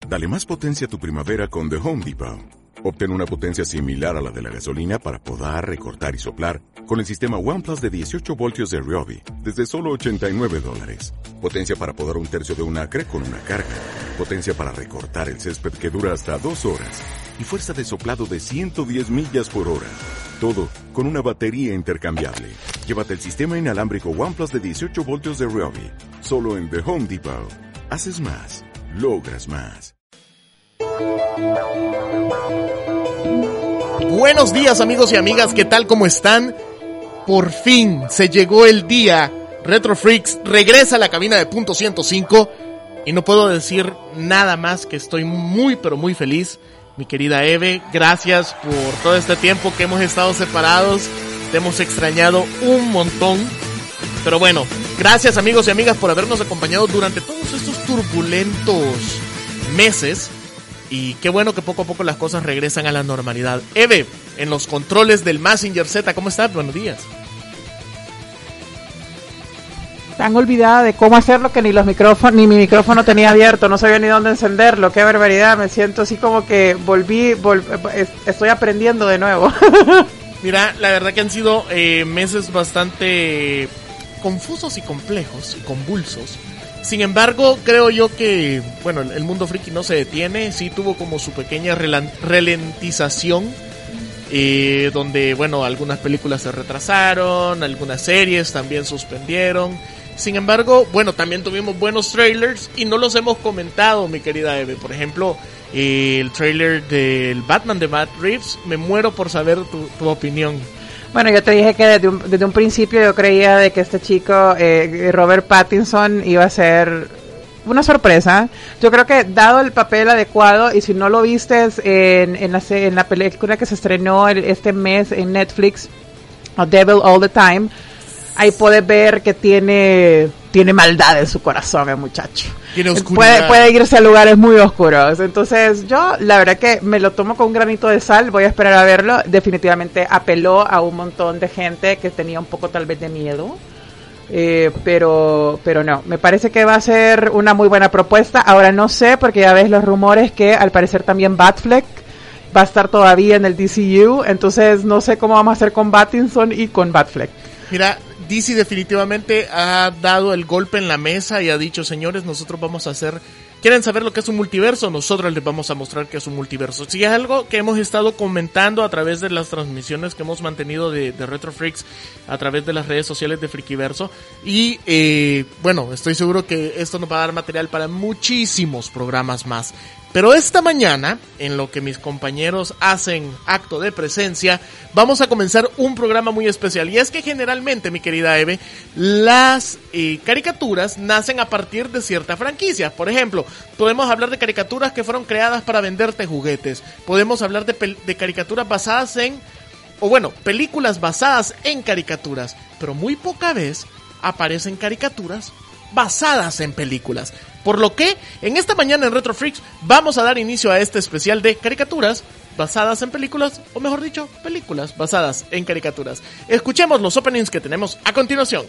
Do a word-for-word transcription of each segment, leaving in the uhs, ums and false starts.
Dale más potencia a tu primavera con The Home Depot. Obtén una potencia similar a la de la gasolina para podar, recortar y soplar con el sistema OnePlus de dieciocho voltios de Ryobi desde solo ochenta y nueve dólares. Potencia para podar un tercio de un acre con una carga. Potencia para recortar el césped que dura hasta dos horas. Y fuerza de soplado de ciento diez millas por hora. Todo con una batería intercambiable. Llévate el sistema inalámbrico OnePlus de dieciocho voltios de Ryobi. Solo en The Home Depot. Haces más. Logras más. Buenos días, amigos y amigas, ¿qué tal? ¿Cómo están? Por fin se llegó el día. Retro Freaks regresa a la cabina de Punto ciento cinco y no puedo decir nada más que estoy muy pero muy feliz. Mi querida Eve, gracias por todo este tiempo que hemos estado separados. Te hemos extrañado un montón. Pero bueno, gracias, amigos y amigas, por habernos acompañado durante todos estos turbulentos meses. Y qué bueno que poco a poco las cosas regresan a la normalidad. Eve, en los controles del Messenger Z, ¿cómo estás? Buenos días. Tan olvidada de cómo hacerlo que ni los micrófonos, ni mi micrófono tenía abierto, no sabía ni dónde encenderlo. Qué barbaridad, me siento así como que volví, vol- estoy aprendiendo de nuevo. Mira, la verdad que han sido eh, meses bastante confusos y complejos y convulsos. Sin embargo, creo yo que, bueno, el mundo friki no se detiene, sí tuvo como su pequeña relan- ralentización, eh, donde, bueno, algunas películas se retrasaron, algunas series también suspendieron. Sin embargo, bueno, también tuvimos buenos trailers y no los hemos comentado, mi querida Eve. Por ejemplo, eh, el trailer del Batman de Matt Reeves, me muero por saber tu, tu opinión. Bueno, yo te dije que desde un, desde un principio yo creía de que este chico, eh, Robert Pattinson, iba a ser una sorpresa. Yo creo que dado el papel adecuado, y si no lo viste en, en, la, en la película que se estrenó el, este mes en Netflix, A Devil All the Time, ahí puedes ver que tiene tiene maldad en su corazón el muchacho. Tiene oscuridad. Puede, puede irse a lugares muy oscuros. Entonces yo la verdad que me lo tomo con un granito de sal, voy a esperar a verlo. Definitivamente apeló a un montón de gente que tenía un poco tal vez de miedo. Eh, pero pero no, me parece que va a ser una muy buena propuesta. Ahora no sé, porque ya ves los rumores que al parecer también Batfleck va a estar todavía en el D C U. Entonces no sé cómo vamos a hacer con Pattinson y con Batfleck. Mira, D C definitivamente ha dado el golpe en la mesa y ha dicho, señores, nosotros vamos a hacer... ¿Quieren saber lo que es un multiverso? Nosotros les vamos a mostrar que es un multiverso. Sí, es algo que hemos estado comentando a través de las transmisiones que hemos mantenido de, de Retro Freaks a través de las redes sociales de Frikiverso. Y, eh, bueno, estoy seguro que esto nos va a dar material para muchísimos programas más. Pero esta mañana, en lo que mis compañeros hacen acto de presencia, vamos a comenzar un programa muy especial. Y es que generalmente, mi querida Eve, las eh, caricaturas nacen a partir de cierta franquicia. Por ejemplo, podemos hablar de caricaturas que fueron creadas para venderte juguetes. Podemos hablar de, pel- de caricaturas basadas en... O bueno, películas basadas en caricaturas. Pero muy poca vez aparecen caricaturas basadas en películas. Por lo que, en esta mañana en Retro Freaks vamos a dar inicio a este especial de caricaturas basadas en películas, o mejor dicho, películas basadas en caricaturas. Escuchemos los openings que tenemos a continuación.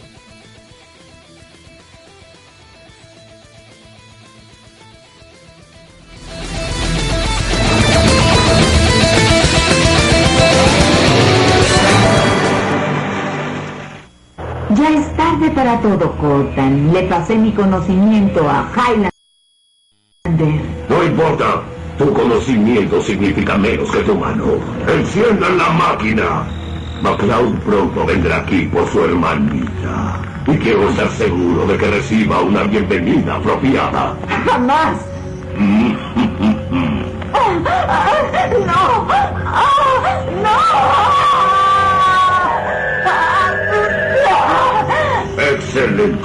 Ya es tarde para todo, Cortan. Le pasé mi conocimiento a Highlander. No importa. Tu conocimiento significa menos que tu mano. ¡Enciendan la máquina! McCloud pronto vendrá aquí por su hermanita. Y quiero estar seguro de que reciba una bienvenida apropiada. ¡Jamás! Mm, ¡No! ¡Ah! ¡No! ¡Excelente!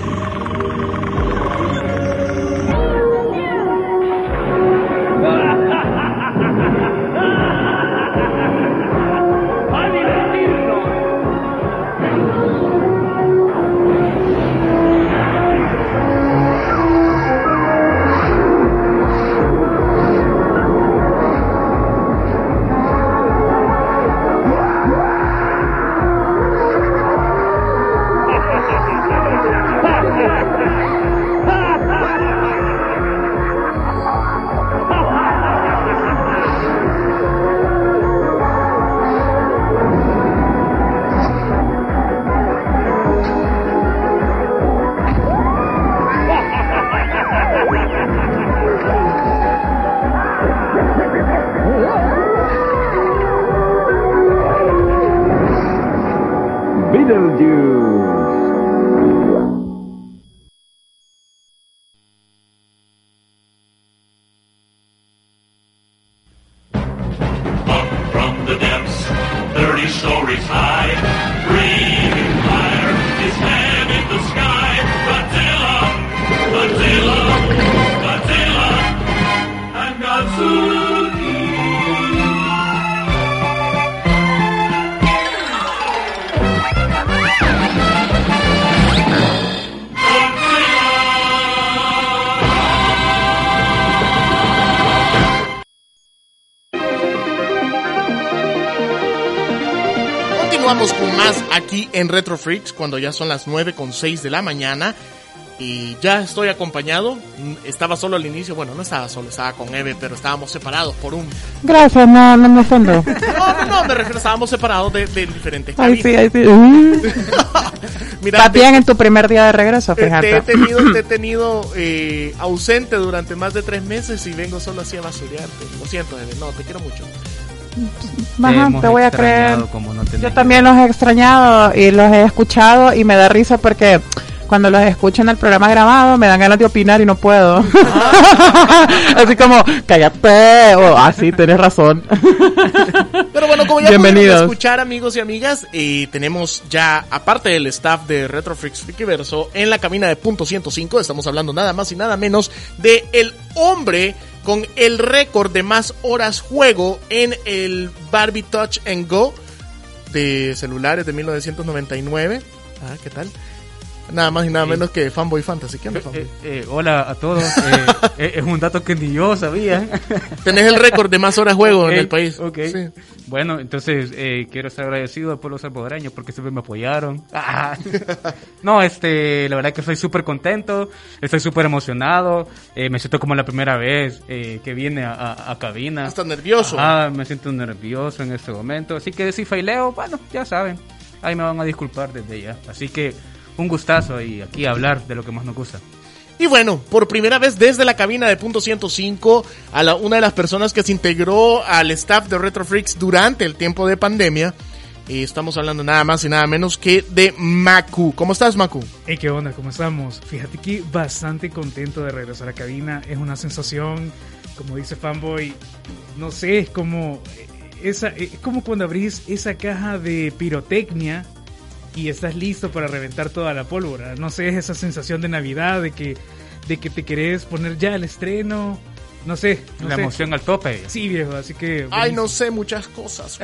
Beetlejuice. Up from the depths, thirty stories high, breathing fire, his head in the sky. Godzilla, Godzilla, Godzilla, and Godzuki. Continuamos con más aquí en Retro Freaks cuando ya son las nueve con seis de la mañana y ya estoy acompañado. Estaba solo al inicio, bueno, no estaba solo, estaba con Eve, pero estábamos separados por un... Gracias, no, no me ofendo. No, no, no, me refiero, estábamos separados de, de diferentes Ay, cabinas. sí, ay, sí. Uh. Mira, Estás te- bien en tu primer día de regreso, te, fíjate. te he tenido, te he tenido eh, ausente durante más de tres meses y vengo solo así a basurearte. Lo siento, Eve, no, te quiero mucho. Ajá, hemos te voy a creer. extrañado como no tenés Yo también los he extrañado y los he escuchado y me da risa porque cuando los escucho en el programa grabado me dan ganas de opinar y no puedo. Así como, cállate, o así, tenés razón. Pero bueno, como ya Bienvenidos. pudieron escuchar, amigos y amigas, eh, tenemos ya, aparte del staff de Retro Freaks Freakyverso, en la cabina de Punto ciento cinco, estamos hablando nada más y nada menos de el hombre con el récord de más horas juego en el Barbie Touch and Go de celulares de mil novecientos noventa y nueve. Ah, ¿qué tal? Nada más y nada menos que Fanboy Fantasy. ¿Qué onda, Fanboy? Eh, eh, hola a todos. Eh, eh, es un dato que ni yo sabía. Tenés el récord de más horas juego Ok, en el país. ok. Sí. Bueno, entonces eh, quiero ser agradecido al pueblo salvadoreño porque siempre me apoyaron. Ah. No, este, la verdad que estoy súper contento, estoy súper emocionado, eh, me siento como la primera vez eh, que viene a, a, a cabina. ¿Estás nervioso? Ah, me siento nervioso en este momento, así que si faileo, bueno, ya saben, ahí me van a disculpar desde ya. Así que un gustazo y aquí hablar de lo que más nos gusta. Y bueno, por primera vez desde la cabina de Punto ciento cinco, a la, una de las personas que se integró al staff de Retro Freaks durante el tiempo de pandemia, y estamos hablando nada más y nada menos que de Maku. ¿Cómo estás, Maku? Hey, ¿qué onda? ¿Cómo estamos? Fíjate que bastante contento de regresar a cabina. Es una sensación, como dice Fanboy, no sé, es como, esa, es como cuando abrís esa caja de pirotecnia y estás listo para reventar toda la pólvora. No sé, es esa sensación de Navidad, de que, de que te querés poner ya el estreno. No sé. No la sé. emoción al tope. Sí, viejo, así que... Ay, no sé muchas cosas.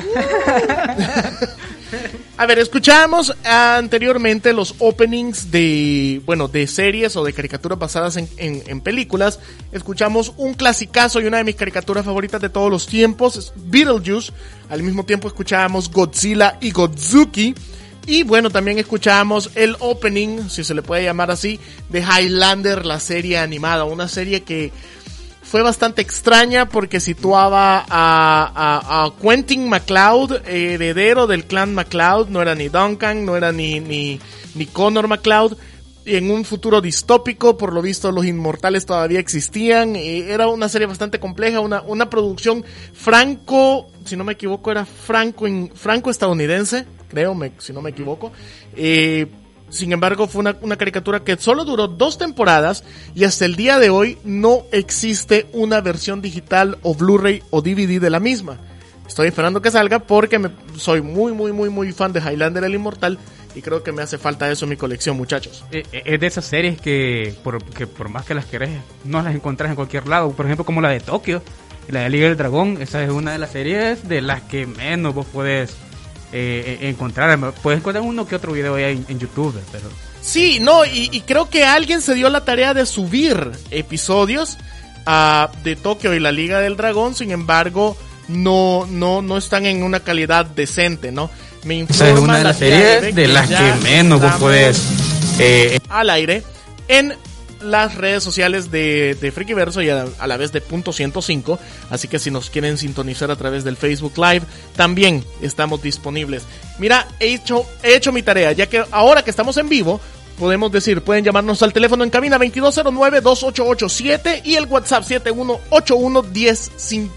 A ver, escuchábamos anteriormente los openings de, bueno, de series o de caricaturas basadas en, en, en películas. Escuchamos un clasicazo y una de mis caricaturas favoritas de todos los tiempos, es Beetlejuice. Al mismo tiempo escuchábamos Godzilla y Godzuki. Y bueno, también escuchábamos el opening, si se le puede llamar así, de Highlander, la serie animada. Una serie que fue bastante extraña porque situaba a, a, a Quentin MacLeod, heredero del clan MacLeod. No era ni Duncan, no era ni, ni, ni Connor MacLeod. En un futuro distópico, por lo visto los inmortales todavía existían. Era una serie bastante compleja, una, una producción franco, si no me equivoco, era franco, franco estadounidense, creo, me, si no me equivoco. Eh, sin embargo, fue una, una caricatura que solo duró dos temporadas y hasta el día de hoy no existe una versión digital o Blu-ray o D V D de la misma. Estoy esperando que salga porque me, soy muy, muy, muy, muy fan de Highlander el Inmortal. Y creo que me hace falta eso en mi colección, muchachos. Es de esas series que por, que por más que las querés, no las encontrás en cualquier lado. Por ejemplo, como la de Tokio, la de Liga del Dragón. Esa es una de las series de las que menos vos podés eh, encontrar. Puedes encontrar uno que otro video ahí en, en YouTube, pero... Sí, no, y, y creo que alguien se dio la tarea de subir episodios uh, de Tokio y la Liga del Dragón. Sin embargo, no, no, no están en una calidad decente, ¿no? Me informa Esa es una de las series de las que menos vos podés eh, al aire en las redes sociales de, de Freakyverso y a, a la vez de Punto ciento cinco. Así que si nos quieren sintonizar a través del Facebook Live, también estamos disponibles. Mira, he hecho, he hecho mi tarea, ya que ahora que estamos en vivo, podemos decir, pueden llamarnos al teléfono en cabina veintidós cero nueve, dos ocho ocho siete y el WhatsApp siete uno ocho uno, uno cero cinco tres.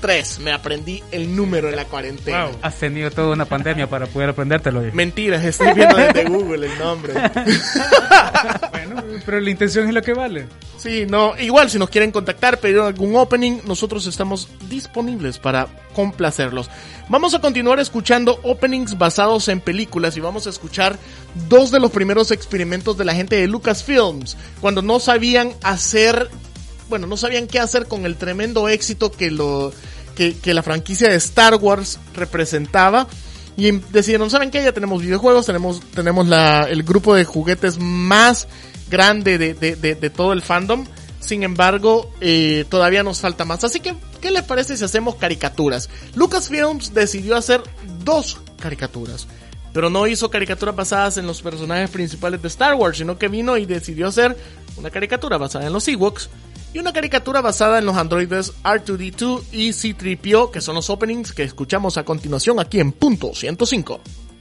tres. Me aprendí el número en la cuarentena. Wow. Has tenido toda una pandemia para poder aprendértelo. Viejo. Mentiras, estoy viendo desde Google el nombre. Bueno, pero la intención es lo que vale. Sí, no, igual si nos quieren contactar, pedir algún opening, nosotros estamos disponibles para complacerlos. Vamos a continuar escuchando openings basados en películas y vamos a escuchar dos de los primeros experimentos de la gente de Lucasfilms, cuando no sabían hacer, bueno, no sabían qué hacer con el tremendo éxito que lo que, que la franquicia de Star Wars representaba. Y decidieron, ¿saben qué? Ya tenemos videojuegos, tenemos tenemos la el grupo de juguetes más grande de, de, de, de todo el fandom. Sin embargo, eh, todavía nos falta más. Así que, ¿qué les parece si hacemos caricaturas? Lucasfilms decidió hacer dos caricaturas, pero no hizo caricaturas basadas en los personajes principales de Star Wars, sino que vino y decidió hacer una caricatura basada en los Ewoks y una caricatura basada en los androides R dos D dos y C tres P O, que son los openings que escuchamos a continuación aquí en Punto ciento cinco.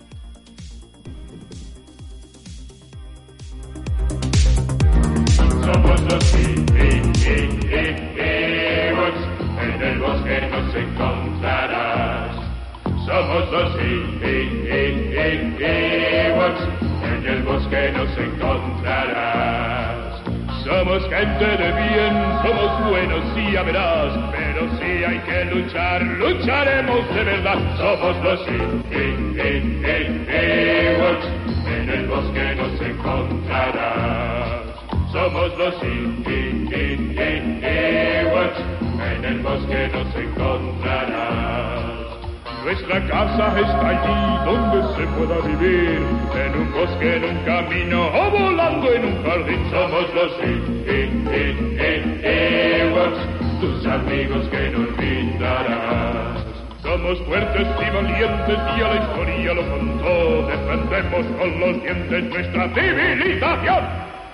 Somos los Ewoks, en el bosque nos encontrarás. Somos los Ewoks, en el bosque nos encontrarás. Somos gente de bien, somos buenos, sí ya verás, pero si hay que luchar, lucharemos de verdad. Somos los Ewoks, en el bosque nos encontrarás. Somos los Ewoks, en el bosque nos encontrarás. Nuestra casa está allí donde se pueda vivir, en un bosque, en un camino o volando en un jardín. Somos los Ewoks, tus amigos que no olvidarás. Somos fuertes y valientes y a la historia lo contó, defendemos con los dientes nuestra civilización.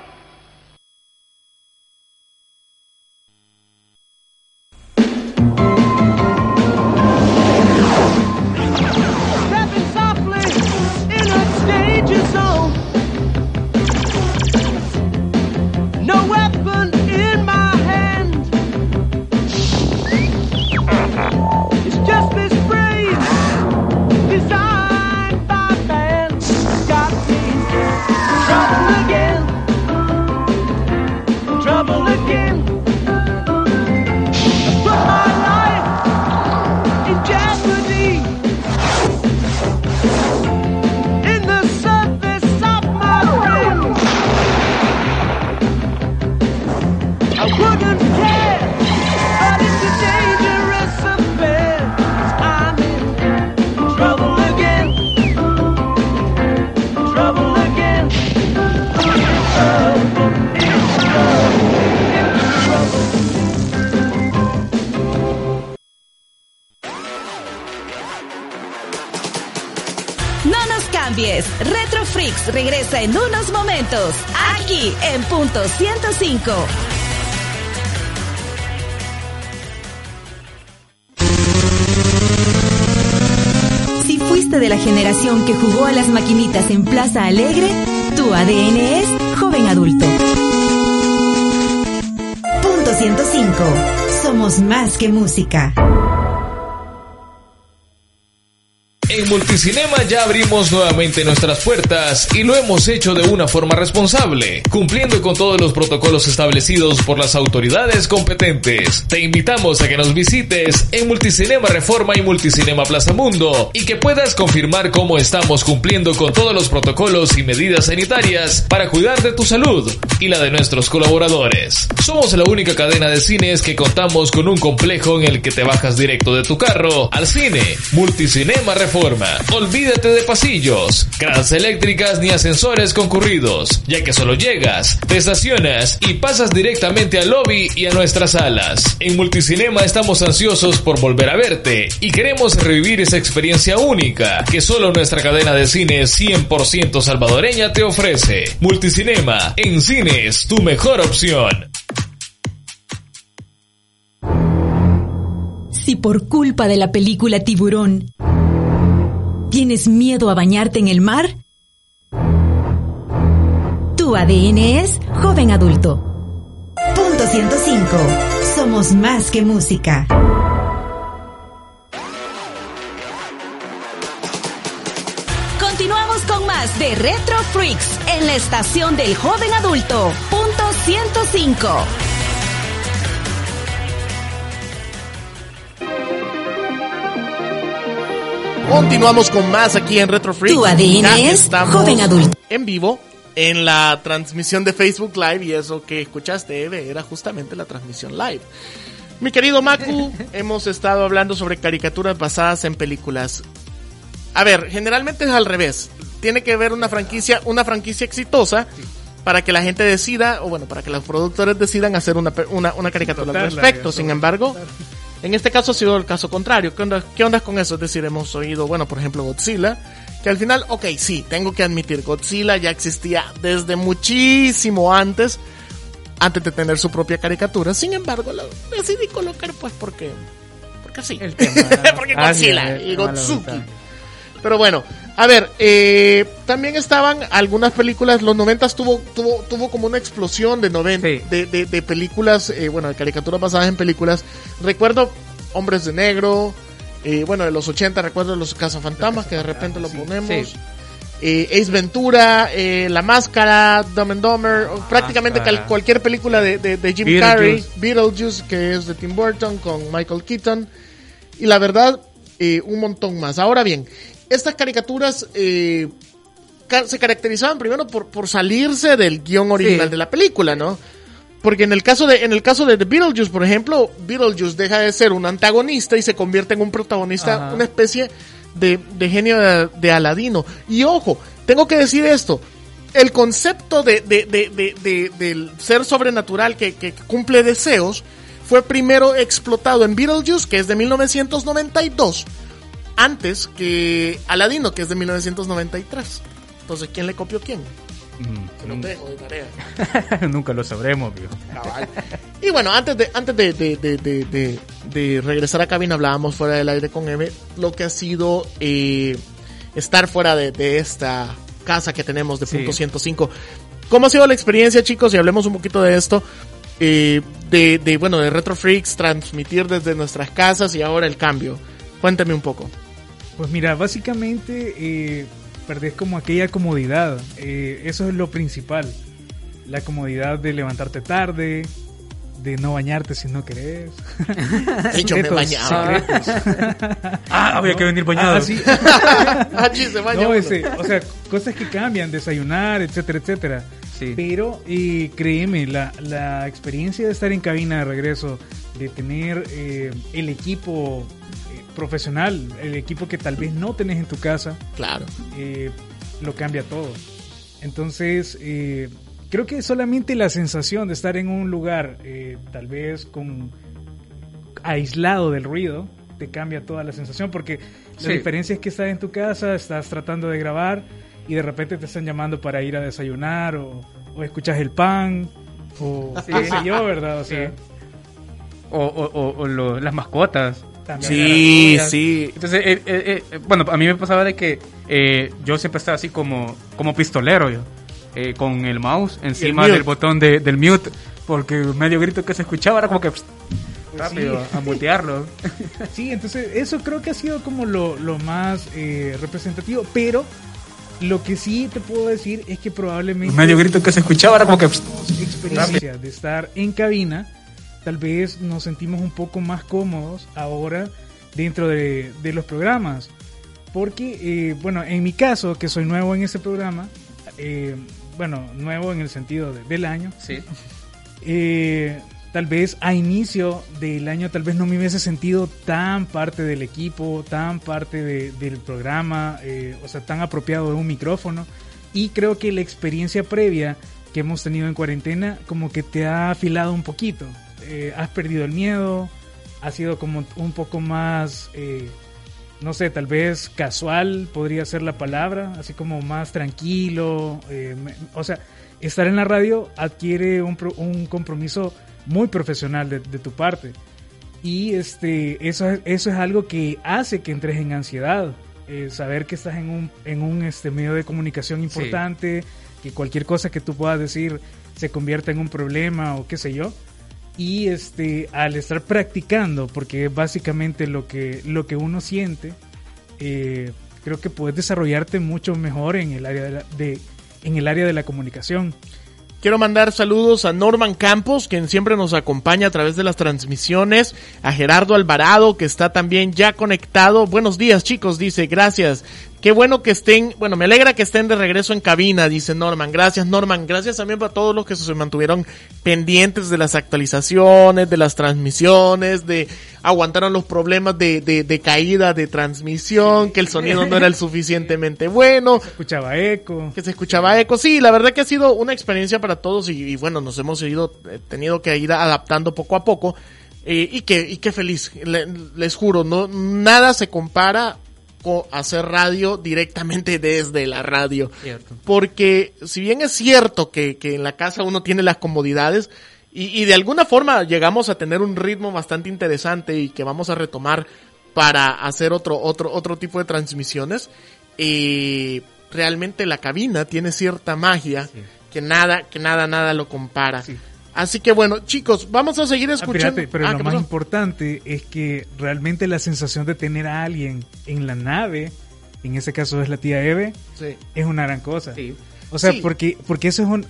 Retro Freaks regresa en unos momentos, aquí en Punto ciento cinco. Si fuiste de la generación que jugó a las maquinitas en Plaza Alegre, tu A D N es joven adulto. Punto ciento cinco. Somos más que música. En Multicinema ya abrimos nuevamente nuestras puertas y lo hemos hecho de una forma responsable, cumpliendo con todos los protocolos establecidos por las autoridades competentes. Te invitamos a que nos visites en Multicinema Reforma y Multicinema Plaza Mundo y que puedas confirmar cómo estamos cumpliendo con todos los protocolos y medidas sanitarias para cuidar de tu salud y la de nuestros colaboradores. Somos la única cadena de cines que contamos con un complejo en el que te bajas directo de tu carro al cine. Multicinema Reforma. Olvídate de pasillos, gradas eléctricas ni ascensores concurridos, ya que solo llegas, te estacionas y pasas directamente al lobby y a nuestras salas. En Multicinema estamos ansiosos por volver a verte y queremos revivir esa experiencia única que solo nuestra cadena de cines cien por ciento salvadoreña te ofrece. Multicinema, en cines, tu mejor opción. Si por culpa de la película Tiburón ¿tienes miedo a bañarte en el mar? Tu A D N es joven adulto. Punto ciento cinco. Somos más que música. de Retro Freaks en la estación del joven adulto, punto ciento cinco. Continuamos con más aquí en Retro Freaks. Tu A D N es joven adulto. En vivo en la transmisión de Facebook Live, y eso que escuchaste, Eve, era justamente la transmisión live. Mi querido Maku, hemos estado hablando sobre caricaturas basadas en películas. A ver, generalmente es al revés. Tiene que haber una franquicia, una franquicia exitosa para que la gente decida, o bueno, para que los productores decidan hacer una, una, una caricatura al respecto. Sin embargo, en este caso ha sido el caso contrario. ¿Qué onda, qué onda con eso? Es decir, hemos oído, bueno, por ejemplo, Godzilla, que al final, ok, sí, tengo que admitir, Godzilla ya existía desde muchísimo antes, antes de tener su propia caricatura. Sin embargo, lo decidí colocar, pues, porque, porque sí. El tema, porque Godzilla ah, sí, y Godzuki. Pero bueno, a ver, eh, también estaban algunas películas, los noventas tuvo, tuvo, tuvo como una explosión de noventa, sí. de, de, de películas, eh, bueno, de caricaturas basadas en películas. Recuerdo Hombres de Negro, eh, bueno, de los ochenta recuerdo Los Cazafantasmas, que de repente lo ponemos. Sí. Eh, Ace Ventura, eh, La Máscara, Dumb and Dumber, ah, prácticamente cal, cualquier película de, de, de Jim Carrey, Beetlejuice, que es de Tim Burton, con Michael Keaton, y la verdad, eh, un montón más. Ahora bien, estas caricaturas eh, ca- se caracterizaban primero por, por salirse del guión original sí. de la película, ¿no? Porque en el caso de en el caso de The Beetlejuice, por ejemplo, Beetlejuice deja de ser un antagonista y se convierte en un protagonista, Ajá. una especie de, de genio de, de Aladino. Y ojo, tengo que decir esto, el concepto de, de, de, de, de, del ser sobrenatural que, que cumple deseos fue primero explotado en Beetlejuice, que es de mil novecientos noventa y dos, antes que Aladino, que es de mil novecientos noventa y tres. Entonces, ¿quién le copió quién? Mm, lo dejo de tarea. Nunca lo sabremos, viejo. Cabal. Y bueno, antes de antes de, de, de, de, de, de regresar a cabina, hablábamos fuera del aire con Eve lo que ha sido eh, estar fuera de, de esta casa que tenemos de sí. punto ciento cinco. ¿Cómo ha sido la experiencia, chicos? Y hablemos un poquito de esto. Eh, de, de, bueno, de Retro Freaks, transmitir desde nuestras casas y ahora el cambio. Cuéntame un poco. Pues mira, básicamente eh, perdés como aquella comodidad. Eh, eso es lo principal. La comodidad de levantarte tarde, de no bañarte si no querés. De hecho, me bañaba. Ah, había ¿no? que venir bañado. Ah, sí. Ah, sí, se baña no, ese, o sea, cosas que cambian, desayunar, etcétera, etcétera. Sí. Pero eh, créeme, la, la experiencia de estar en cabina de regreso, de tener eh, el equipo profesional, el equipo que tal vez no tenés en tu casa, claro, eh, lo cambia todo. Entonces, eh, creo que solamente la sensación de estar en un lugar, eh, tal vez con aislado del ruido, te cambia toda la sensación, porque sí. la diferencia es que estás en tu casa, estás tratando de grabar y de repente te están llamando para ir a desayunar, o, o escuchas el pan, o sí. qué sé yo, ¿verdad? O sea, sí. o, o, o, o lo, las mascotas. Sí, sí. Entonces, eh, eh, eh, bueno, a mí me pasaba de que eh, yo siempre estaba así como, como pistolero, yo, eh, con el mouse encima el del botón de, del mute, porque medio grito que se escuchaba era como que pst, pues rápido, sí. a mutearlo. Sí, entonces eso creo que ha sido como lo, lo más eh, representativo, pero lo que sí te puedo decir es que probablemente medio grito que se escuchaba era como que pst, experiencia de estar en cabina, tal vez nos sentimos un poco más cómodos ahora dentro de, de los programas. Porque, eh, bueno, en mi caso, que soy nuevo en este programa, eh, bueno, nuevo en el sentido de, del año, sí. eh, tal vez a inicio del año, tal vez no me hubiese sentido tan parte del equipo, tan parte de, del programa, eh, o sea, tan apropiado de un micrófono. Y creo que la experiencia previa que hemos tenido en cuarentena como que te ha afilado un poquito. Eh, has perdido el miedo, has sido como un poco más, eh, no sé, tal vez casual podría ser la palabra, así como más tranquilo. Eh, me, o sea, estar en la radio adquiere un, un compromiso muy profesional de, de tu parte, y este eso es, eso es algo que hace que entres en ansiedad. Eh, saber que estás en un, en un este, medio de comunicación importante, sí. que cualquier cosa que tú puedas decir se convierta en un problema o qué sé yo. Y este, al estar practicando, porque es básicamente lo que, lo que uno siente, eh, creo que puedes desarrollarte mucho mejor en el área de, la, de en el área de la comunicación. Quiero mandar saludos a Norman Campos, quien siempre nos acompaña a través de las transmisiones, a Gerardo Alvarado, que está también ya conectado. Buenos días, chicos, dice, gracias. Qué bueno que estén, bueno, me alegra que estén de regreso en cabina, dice Norman. Gracias, Norman. Gracias también para todos los que se mantuvieron pendientes de las actualizaciones, de las transmisiones, de aguantaron los problemas de, de, de caída de transmisión, sí. Que el sonido no era el suficientemente bueno. Que se escuchaba eco. Que se escuchaba eco. Sí, la verdad que ha sido una experiencia para todos y, y bueno, nos hemos ido, eh, tenido que ir adaptando poco a poco. Eh, y que, y qué feliz. Le, les juro, no, nada se compara o hacer radio directamente desde la radio. Cierto. Porque si bien es cierto que, que en la casa uno tiene las comodidades y, y de alguna forma llegamos a tener un ritmo bastante interesante y que vamos a retomar para hacer otro otro otro tipo de transmisiones, eh, realmente la cabina tiene cierta magia, sí. que nada que nada nada lo compara. Sí. Así que bueno, chicos, vamos a seguir escuchando. Ah, espérate, pero ah, lo más pasó? importante es que realmente la sensación de tener a alguien en la nave, en ese caso es la tía Eve, sí. es una gran cosa. Sí. O sea, sí. porque porque eso es un...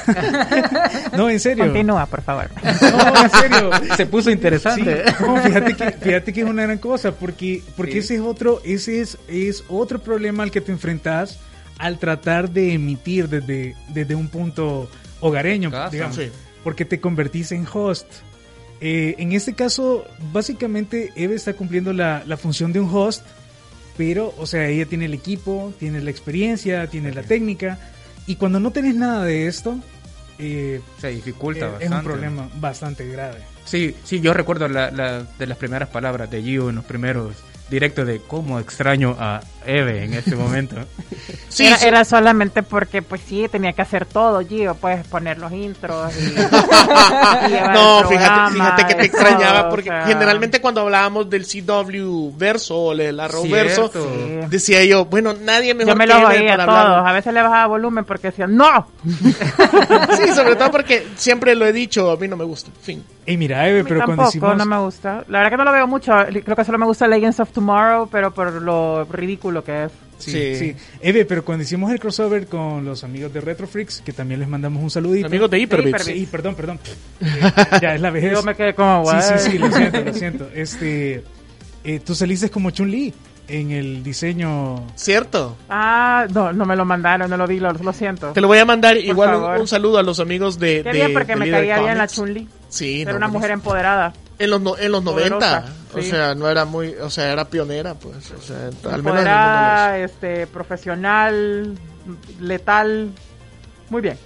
no, en serio. Continúa, por favor. No, en serio. Se puso interesante. Sí. No, fíjate que, fíjate que es una gran cosa, porque porque sí. ese es otro ese es, es otro problema al que te enfrentas al tratar de emitir desde, desde un punto hogareño, Casa. digamos. Sí. Porque te convertís en host. Eh, en este caso, básicamente, Eve está cumpliendo la, la función de un host, pero, o sea, ella tiene el equipo, tiene la experiencia, tiene okay. la técnica, y cuando no tenés nada de esto, eh, se dificulta eh, bastante. Es un problema bastante grave. Sí, sí, yo recuerdo la, la, de las primeras palabras de Gio en los primeros directos de cómo extraño a Eve en este momento. Sí, era, sí. era solamente porque, pues sí, tenía que hacer todo, Gio, puedes poner los intros y, y no, fíjate, fíjate que te extrañaba todo, porque o sea... generalmente cuando hablábamos del C W verso o el Arrow verso, sí. decía yo, bueno, nadie mejor yo me que lo Eve oía para todos, hablar. A veces le bajaba volumen porque decían, ¡no! Sí, sobre todo porque siempre lo he dicho, a mí no me gusta, fin. Y mira, Eve, pero tampoco, cuando hicimos... no me gusta. La verdad que no lo veo mucho. Creo que solo me gusta Legends of Tomorrow, pero por lo ridículo que es. Sí, sí. sí. Eve, pero cuando hicimos el crossover con los amigos de Retro Freaks, que también les mandamos un saludito. Amigos de Hyperbits. Sí, perdón, perdón. Eh, ya es la vejez. Yo me quedé como, guay. Sí, sí, sí, lo siento, lo siento. Este, eh, tú saliste como Chun-Li en el diseño. ¿Cierto? Ah, no, no me lo mandaron, no lo vi, lo, lo siento. Te lo voy a mandar por igual un, un saludo a los amigos de Qué de, bien, porque de me caía bien la Chun-Li. Sí, era no, una no, mujer empoderada. En los no, en los noventa, sí. O sea, no era muy, o sea, era pionera, pues, o sea, al menos era este profesional, letal, muy bien.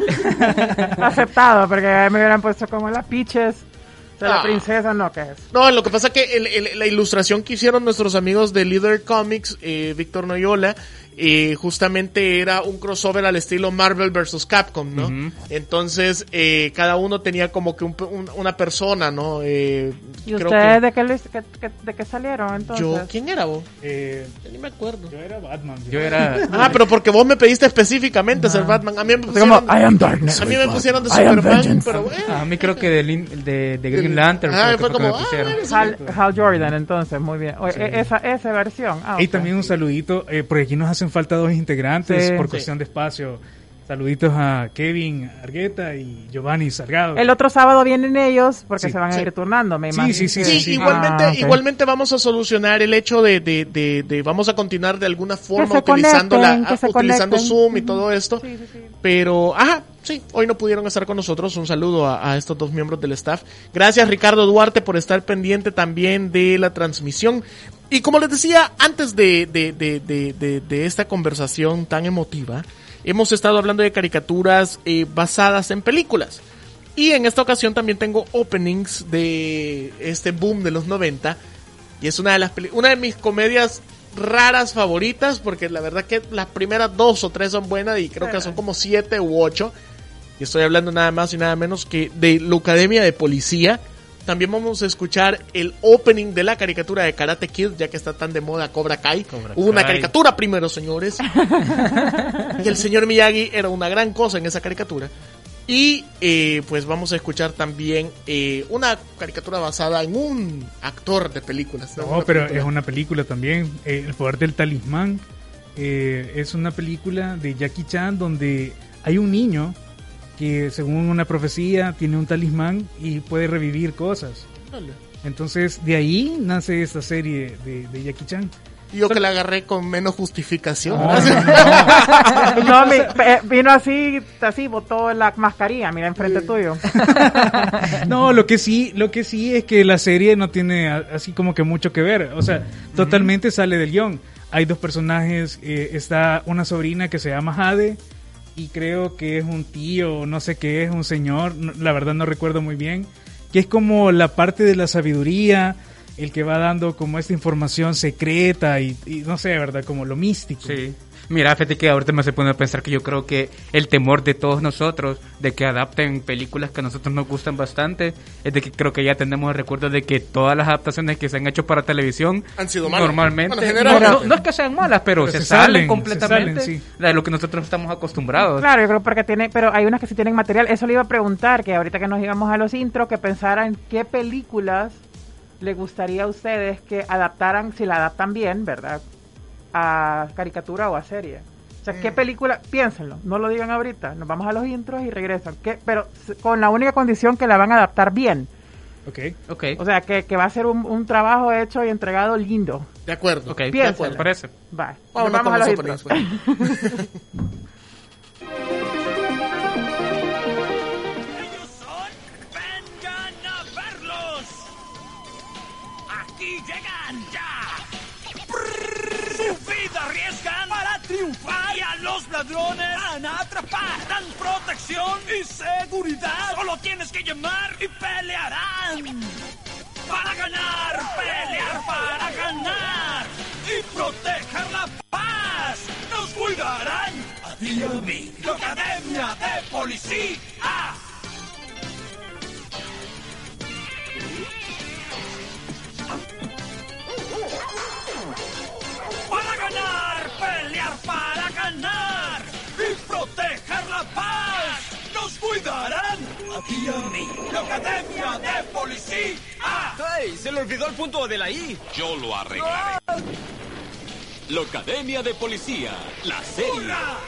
Aceptado, porque me hubieran puesto como la Peaches. O sea, ah. la princesa, no, ¿qué es? No, lo que pasa es que el, el, la ilustración que hicieron nuestros amigos de Leader Comics, eh, Víctor Noyola, eh, justamente era un crossover al estilo Marvel versus Capcom, ¿no? Uh-huh. Entonces, eh, cada uno tenía como que un, un, una persona, ¿no? Eh, ¿Y creo ustedes que... de, qué les, que, que, de qué salieron, entonces? Yo, ¿quién era vos? Eh, yo ni me acuerdo. Yo era Batman. Yo era... Ah, pero porque vos me pediste específicamente no. ser Batman. A mí me pusieron... Como, I am darkness. A mí me pusieron de Superman, pero bueno. A mí creo que de, de, de Green Lantern. Ah, fue como... Ah, Hal, Hal Jordan, entonces, muy bien. O, sí. esa, esa versión. Ah, y okay. también un saludito, eh, porque aquí nos hacen falta dos integrantes. Sí, por cuestión sí. de espacio. Saluditos a Kevin Argueta y Giovanni Salgado. El otro sábado vienen ellos porque sí, se van sí. a ir turnando, me sí, imagino. Sí, sí, sí. sí. sí igualmente, ah, okay. igualmente vamos a solucionar el hecho de, de, de, de vamos a continuar de alguna forma utilizando conecten, la, ah, utilizando conecten. Zoom y todo esto. Sí, sí, sí. Pero, ajá, sí, hoy no pudieron estar con nosotros. Un saludo a, a estos dos miembros del staff. Gracias, Ricardo Duarte, por estar pendiente también de la transmisión. Y como les decía, antes de, de, de, de, de, de esta conversación tan emotiva, hemos estado hablando de caricaturas eh, basadas en películas. Y en esta ocasión también tengo openings de este boom de los noventa. Y es una de las peli- una de mis comedias raras favoritas, porque la verdad que las primeras dos o tres son buenas y creo que son como siete u ocho. Y estoy hablando nada más y nada menos que de la Academia de Policía. También vamos a escuchar el opening de la caricatura de Karate Kid, ya que está tan de moda Cobra Kai. Cobra Hubo una Kai. caricatura primero, señores. Y el señor Miyagi era una gran cosa en esa caricatura. Y eh, pues vamos a escuchar también eh, una caricatura basada en un actor de películas. No, pero película. Es una película también, eh, El poder del talismán. Eh, es una película de Jackie Chan donde hay un niño que según una profecía tiene un talismán y puede revivir cosas. Vale. Entonces de ahí nace esta serie de, de Jackie Chan. Yo que la agarré con menos justificación. No, no, no. no mi, vino así, así, botó la mascarilla, mira, enfrente sí. tuyo. No, lo que sí, lo que sí es que la serie no tiene así como que mucho que ver. O sea, uh-huh. totalmente sale del guión. Hay dos personajes, eh, está una sobrina que se llama Jade y creo que es un tío, no sé qué es, un señor, la verdad no recuerdo muy bien, que es como la parte de la sabiduría, el que va dando como esta información secreta y, y no sé, ¿verdad? Como lo místico. Sí. Mira, fíjate que ahorita me se pone a pensar que yo creo que el temor de todos nosotros de que adapten películas que a nosotros nos gustan bastante es de que creo que ya tenemos el recuerdo de que todas las adaptaciones que se han hecho para televisión han sido malas. Normalmente, bueno, no, no, no es que sean malas, pero, pero se, se salen, salen completamente se salen, sí. de lo que nosotros estamos acostumbrados. Claro, yo creo porque tiene, pero hay unas que sí tienen material. Eso le iba a preguntar, que ahorita que nos íbamos a los intros, que pensaran qué películas le gustaría a ustedes que adaptaran, si la adaptan bien, ¿verdad?, a caricatura o a serie. O sea, mm. ¿qué película? Piénsenlo, no lo digan ahorita, nos vamos a los intros y regresan. ¿Qué? Pero con la única condición que la van a adaptar bien. Ok, ok. O sea, que, que va a ser un, un trabajo hecho y entregado lindo. De acuerdo. Ok, de acuerdo. Parece. Va, vamos, vamos a los intros. Llegan ya. Su vida arriesgan para triunfar y a los ladrones van a atrapar. Dan protección y seguridad. Solo tienes que llamar y pelearán. Para ganar, pelear para ganar y proteger la paz. Nos cuidarán a ti y a mí. La Academia de Policía. Para ganar, pelear para ganar y proteger la paz. Nos cuidarán a ti y a mí. La Academia de Policía. ¡Hey! Se le olvidó el punto de la I. Yo lo arreglaré. ¡Ah! La Academia de Policía, la serie. ¡Una!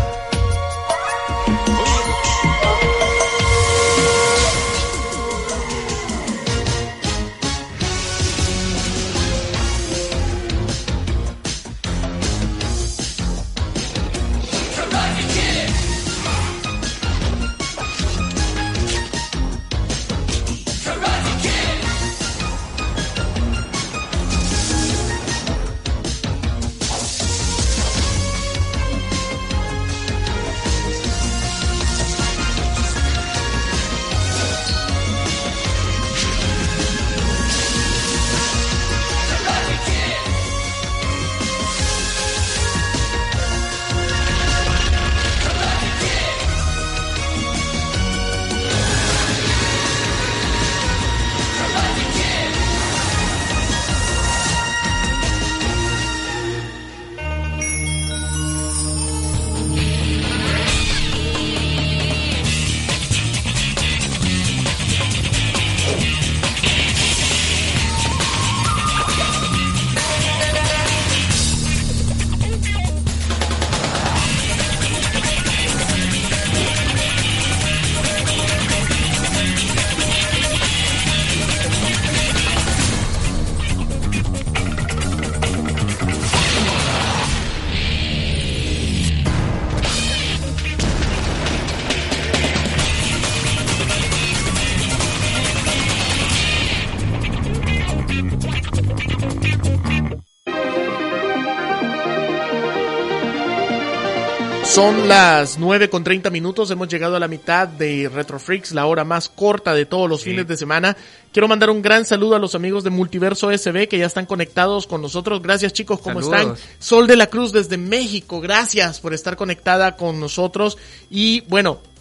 Son las nueve con treinta minutos, hemos llegado a la mitad de Retro Freaks, la hora más corta de todos los sí. fines de semana. Quiero mandar un gran saludo a los amigos de Multiverso S B que ya están conectados con nosotros. Gracias chicos, ¿cómo Saludos. están? Sol de la Cruz desde México, gracias por estar conectada con nosotros. Y bueno,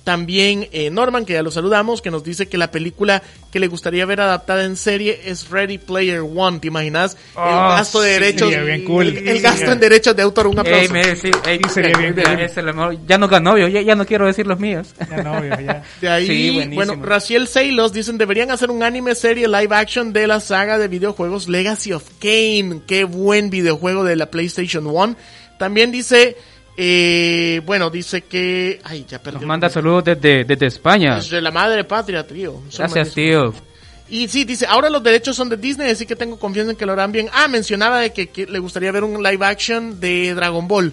También eh, Norman, que ya lo saludamos, que nos dice que la película que le gustaría ver adaptada en serie es Ready Player One. ¿Te imaginas? Oh, el gasto de derechos. Sí, bien cool. El, el gasto en derechos de autor. Un aplauso. Ey, me, sí, ey, Sí, sería bien ya, cool. es el amor. Ya no ganó novio, ya, ya no quiero decir los míos. Ya novio, ya. De ahí, Sí, buenísimo. bueno, Raciel Seilos dicen, deberían hacer un anime serie live action de la saga de videojuegos Legacy of Kain. Qué buen videojuego de la PlayStation uno. También dice, eh, bueno, dice que, ay, ya perdí. Nos manda saludos desde, desde España. Desde la madre patria, tío. Son Gracias, malísimos. tío. Y sí, dice, ahora los derechos son de Disney, así que tengo confianza en que lo harán bien. Ah, mencionaba de que, que le gustaría ver un live action de Dragon Ball.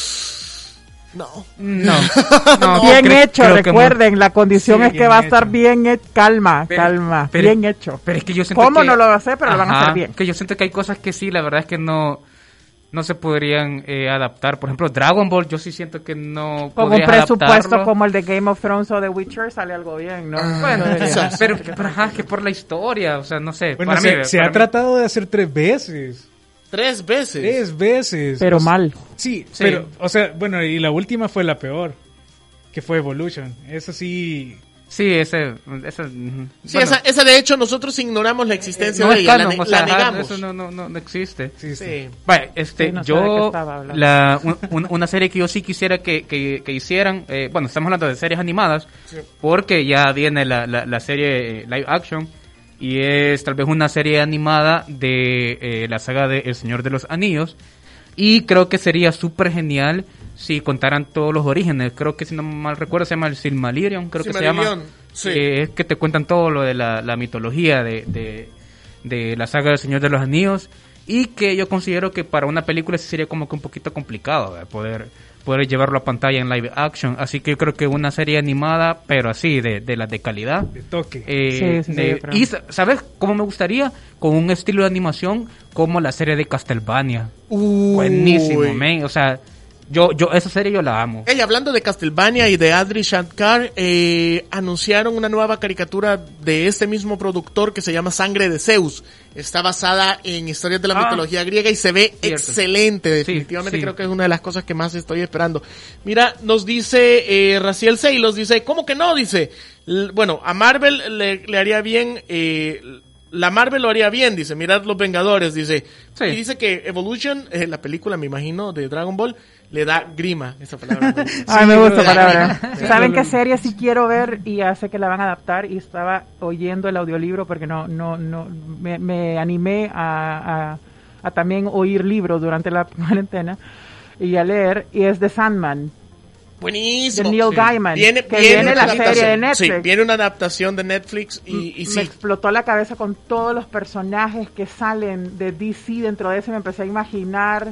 No. No. no Bien creo- hecho, creo que recuerden, muy- la condición Sí, es que bien va a estar hecho. bien hecho. Calma, Pero- calma, pero- bien hecho. Pero es que yo siento ¿Cómo que... no lo va a hacer? Pero lo van a Ajá, hacer bien. Que yo siento que hay cosas que sí, la verdad es que no... No se podrían eh, adaptar. Por ejemplo, Dragon Ball, yo sí siento que no Con un podrías presupuesto adaptarlo. como el de Game of Thrones o The Witcher sale algo bien, ¿no? Bueno, Debería. pero, pero ajá, es que por la historia, o sea, no sé. Bueno, para se, mí, se para ha mí- tratado de hacer tres veces. Tres veces. Tres veces. Pero O sea, mal. Sí, Sí. pero, o sea, bueno, y la última fue la peor, que fue Evolution. Eso sí... Sí, ese... ese ujú. Sí, Bueno, esa, esa de hecho nosotros ignoramos la existencia no de es ella, canon, la, ne- o sea, la ajá, negamos. eso no, no, no, no existe. Sí, sí. Sí. Vale, este, Sí, no sé de qué yo, estaba hablando. la, un- un- una serie que yo sí quisiera que, que, que hicieran, eh, bueno, estamos hablando de series animadas, porque ya viene la, la, la serie eh, live action, y es tal vez una serie animada de eh, la saga de El Señor de los Anillos, y creo que sería súper genial si contaran todos los orígenes. Creo que si no mal recuerdo se llama el Silmarillion, creo que se llama. Silmarillion, sí. Eh, es que te cuentan todo lo de la, la mitología de, de, de la saga del Señor de los Anillos, y que yo considero que para una película sí sería como que un poquito complicado, ¿verdad? poder poder llevarlo a pantalla en live action. Así que yo creo que una serie animada, pero así, de, de las de calidad. De toque. Eh, Sí, sí, sí, de- yo creo. y sa- ¿sabes cómo me gustaría? Con un estilo de animación como la serie de Castlevania. Uy. Buenísimo, man. O sea, yo, yo, esa serie yo la amo. Ey, hablando de Castlevania y de Adri Shankar, eh, anunciaron una nueva caricatura de este mismo productor que se llama Sangre de Zeus. Está basada en historias de la Ah. mitología griega y se ve Cierto. excelente. Definitivamente sí. creo que es una de las cosas que más estoy esperando. Mira, nos dice eh, Raciel Seilos, dice, ¿cómo que no? Dice, l- bueno, a Marvel le, le haría bien... Eh, la Marvel lo haría bien, dice, mirad Los Vengadores, dice. Sí. Y dice que Evolution, eh, la película, me imagino, de Dragon Ball, le da grima, esa palabra. ¿no? Ay, me gusta le da palabra. grima. ¿Saben qué serie sí quiero ver? Y ya sé que la van a adaptar y estaba oyendo el audiolibro porque no, no, no, me, me animé a, a, a también oír libros durante la cuarentena y a leer, y es The Sandman. Buenísimo. De Neil Sí. Gaiman, Viene, que viene viene una la adaptación. serie de Netflix. Sí, viene una adaptación de Netflix y, y Me sí. explotó la cabeza con todos los personajes que salen de D C dentro de eso. Me empecé a imaginar.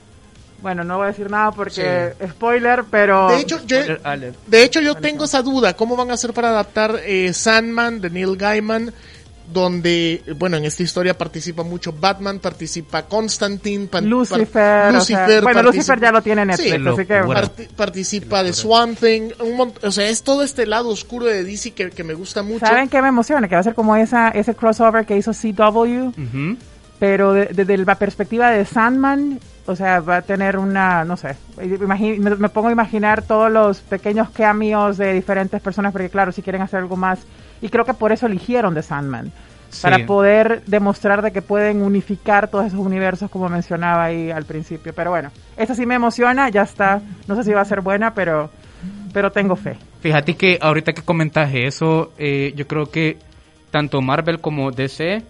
Bueno, no voy a decir nada porque spoiler, pero De hecho, yo, de hecho, yo tengo esa duda. ¿Cómo van a hacer para adaptar eh, Sandman de Neil Gaiman? Donde, bueno, en esta historia participa mucho Batman, participa Constantine, pan- Lucifer, par- o sea, Lucifer bueno, participa- Lucifer ya lo tiene Netflix, Sí, así que parti- participa de Swamp Thing, un mont- o sea, es todo este lado oscuro de D C que, que me gusta mucho. ¿saben qué me emociona? Que va a ser como esa ese crossover que hizo C W, Ujú. pero de- desde la perspectiva de Sandman, o sea, va a tener una, no sé, imagi- me, me pongo a imaginar todos los pequeños cameos de diferentes personas, porque claro, si quieren hacer algo más, y creo que por eso eligieron The Sandman, Sí. para poder demostrar de que pueden unificar todos esos universos como mencionaba ahí al principio, pero bueno, esa sí me emociona, ya está, no sé si va a ser buena, pero, pero tengo fe. Fíjate que ahorita que comentas eso, eh, yo creo que tanto Marvel como D C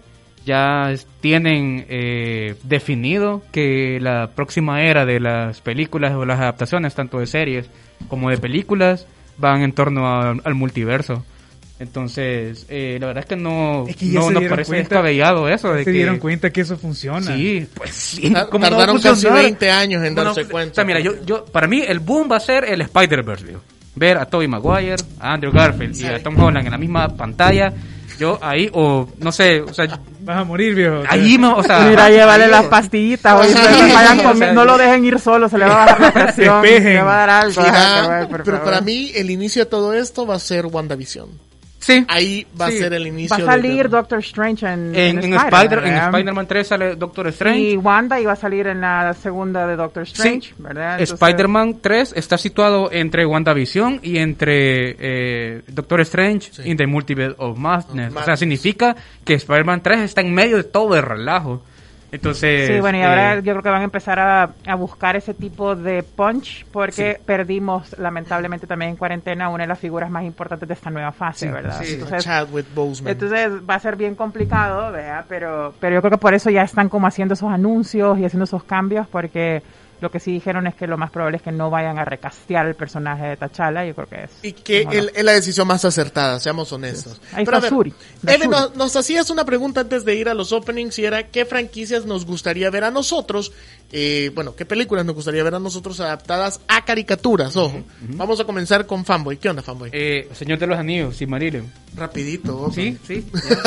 ya es- tienen eh, definido que la próxima era de las películas o las adaptaciones, tanto de series como de películas, van en torno a- al multiverso. Entonces, eh, la verdad es que no, Es que ya no se nos dieron parece cuenta- descabellado eso. ya De se que, dieron cuenta que eso funciona. Sí, pues sí. Tar- ¿cómo no va a tardaron casi funcionar? veinte años en Bueno, darse cuenta. O sea, mira, yo, yo, para mí el boom va a ser el Spider-Verse, viejo. Ver a Tobey Maguire, a Andrew Garfield y a Tom Holland en la misma pantalla. Yo ahí, o no sé, o sea, Vas a morir, viejo. ahí me, o sea, Mira, llévale ahí, las o- pastillitas, oye, Sí, no, vayan o con- sea, no lo dejen ir solo, se le va a bajar la presión, Despejen. se le va a dar algo. Mira, Ajá, por pero favor. para mí el inicio de todo esto va a ser WandaVision. Sí. Ahí va sí. a ser el inicio. Va a salir de... Doctor Strange en, en, en, en, Spider, Spider, en ¿verdad? Spider-Man tres sale Doctor Strange. Y Wanda iba a salir en la segunda de Doctor Strange, sí. ¿verdad? Entonces... Spider-Man tres está situado entre WandaVision y entre eh, Doctor Strange sí. in the Multiverse of Madness. Oh, o sea, significa que Spider-Man tres está en medio de todo el relajo. Entonces, sí, bueno, y ahora eh, yo creo que van a empezar a, a buscar ese tipo de punch porque sí. perdimos, lamentablemente, también en cuarentena una de las figuras más importantes de esta nueva fase, sí, ¿verdad? Sí, entonces, Chadwick Boseman. Entonces va a ser bien complicado, ¿verdad? Pero, pero yo creo que por eso ya están como haciendo esos anuncios y haciendo esos cambios porque... Lo que sí dijeron es que lo más probable es que no vayan a recastear el personaje de T'Challa, yo creo que es. Y que es el, la decisión más acertada, seamos honestos. Ahí Pero está a ver, Shuri. Eve, nos, nos hacías una pregunta antes de ir a los openings y era ¿qué franquicias nos gustaría ver a nosotros? Eh, bueno, ¿qué películas nos gustaría ver a nosotros adaptadas a caricaturas? Ojo, uh-huh. Vamos a comenzar con Fanboy. ¿Qué onda, Fanboy? Eh, Señor de los Anillos, Silmarillion. Rapidito. Ojo. Sí, sí.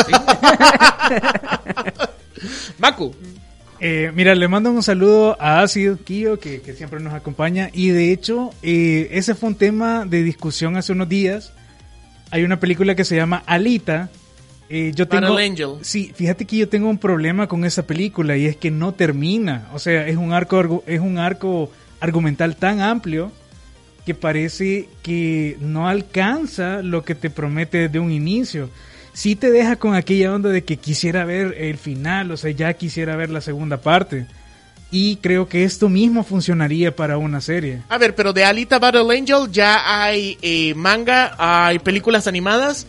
Ya, sí. Maku. Eh, mira, le mando un saludo a Acid Kio, que, que siempre nos acompaña. Y de hecho, eh, ese fue un tema de discusión hace unos días. Hay una película que se llama Alita. Eh, yo tengo, Battle Angel. Sí, fíjate que yo tengo un problema con esa película y es que no termina. O sea, es un arco, es un arco argumental tan amplio que parece que no alcanza lo que te promete desde un inicio. Sí te deja con aquella onda de que quisiera ver el final, o sea, ya quisiera ver la segunda parte. Y creo que esto mismo funcionaría para una serie. A ver, pero de Alita Battle Angel ya hay eh, manga, hay películas animadas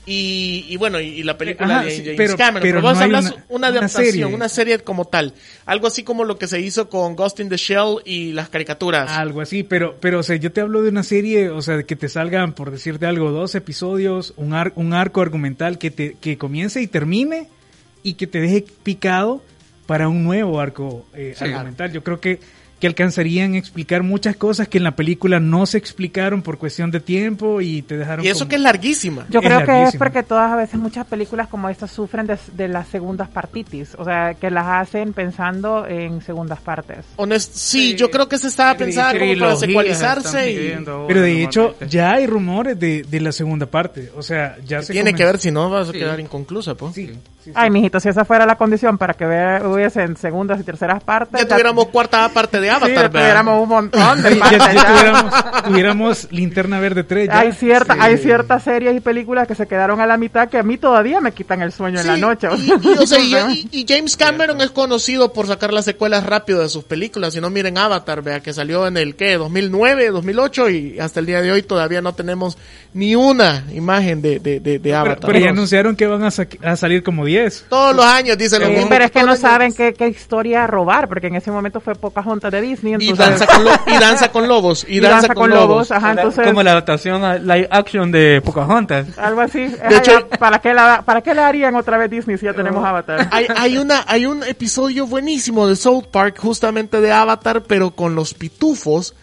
y, y bueno, y, y la película Ajá, de sí, James pero, Cameron. Pero, pero vos no hablas una, una, una adaptación, serie. una serie como tal. Algo así como lo que se hizo con Ghost in the Shell y las caricaturas. Algo así, pero, pero o sea, yo te hablo de una serie, o sea, que te salgan, por decirte algo, dos episodios, un, ar, un arco argumental que, te, que comience y termine y que te deje picado para un nuevo arco eh, sí, argumental. Yo creo que que alcanzarían a explicar muchas cosas que en la película no se explicaron por cuestión de tiempo y te dejaron... Y eso como... que es larguísima. Yo es creo larguísima. que es porque todas a veces muchas películas como estas sufren de, de las segundas partitis, o sea, que las hacen pensando en segundas partes. Honest, sí, sí, yo creo que se estaba pensando como para secualizarse. Y... Pero de hecho ya hay rumores de, de la segunda parte, o sea, ya que se tiene comenzó. que ver, si no vas a sí. quedar inconclusa, pues. Sí. Sí, sí. Ay, mijito, si esa fuera la condición para que hubiesen segundas y terceras partes... Ya tuviéramos cuarta parte de Avatar, sí, tuviéramos un montón de ya, ya, ya tuviéramos, tuviéramos Linterna Verde tres. Ya. Hay, cierta, sí. hay ciertas series y películas que se quedaron a la mitad que a mí todavía me quitan el sueño sí, en la noche. Y, y, o sea, y, y, y James Cameron es conocido por sacar las secuelas rápido de sus películas. Si no, miren Avatar, vea que salió en el, ¿qué? dos mil nueve, dos mil ocho y hasta el día de hoy todavía no tenemos ni una imagen de, de, de, de Avatar. Pero, pero ya anunciaron que van a, sa- a salir como diez. Todos los años dicen lo sí, mismo. Pero es que no saben qué, qué historia robar, porque en ese momento fue Pocahontas de Disney. Entonces... Y, danza con lo, y danza con lobos. Y, y danza, danza con, con lobos. lobos. Ajá, entonces... Como la adaptación a live action de Pocahontas. Algo así. De hecho, ¿para qué, la, ¿Para qué la harían otra vez Disney si ya tenemos Avatar? Hay, hay, una, hay un episodio buenísimo de South Park justamente de Avatar, pero con los pitufos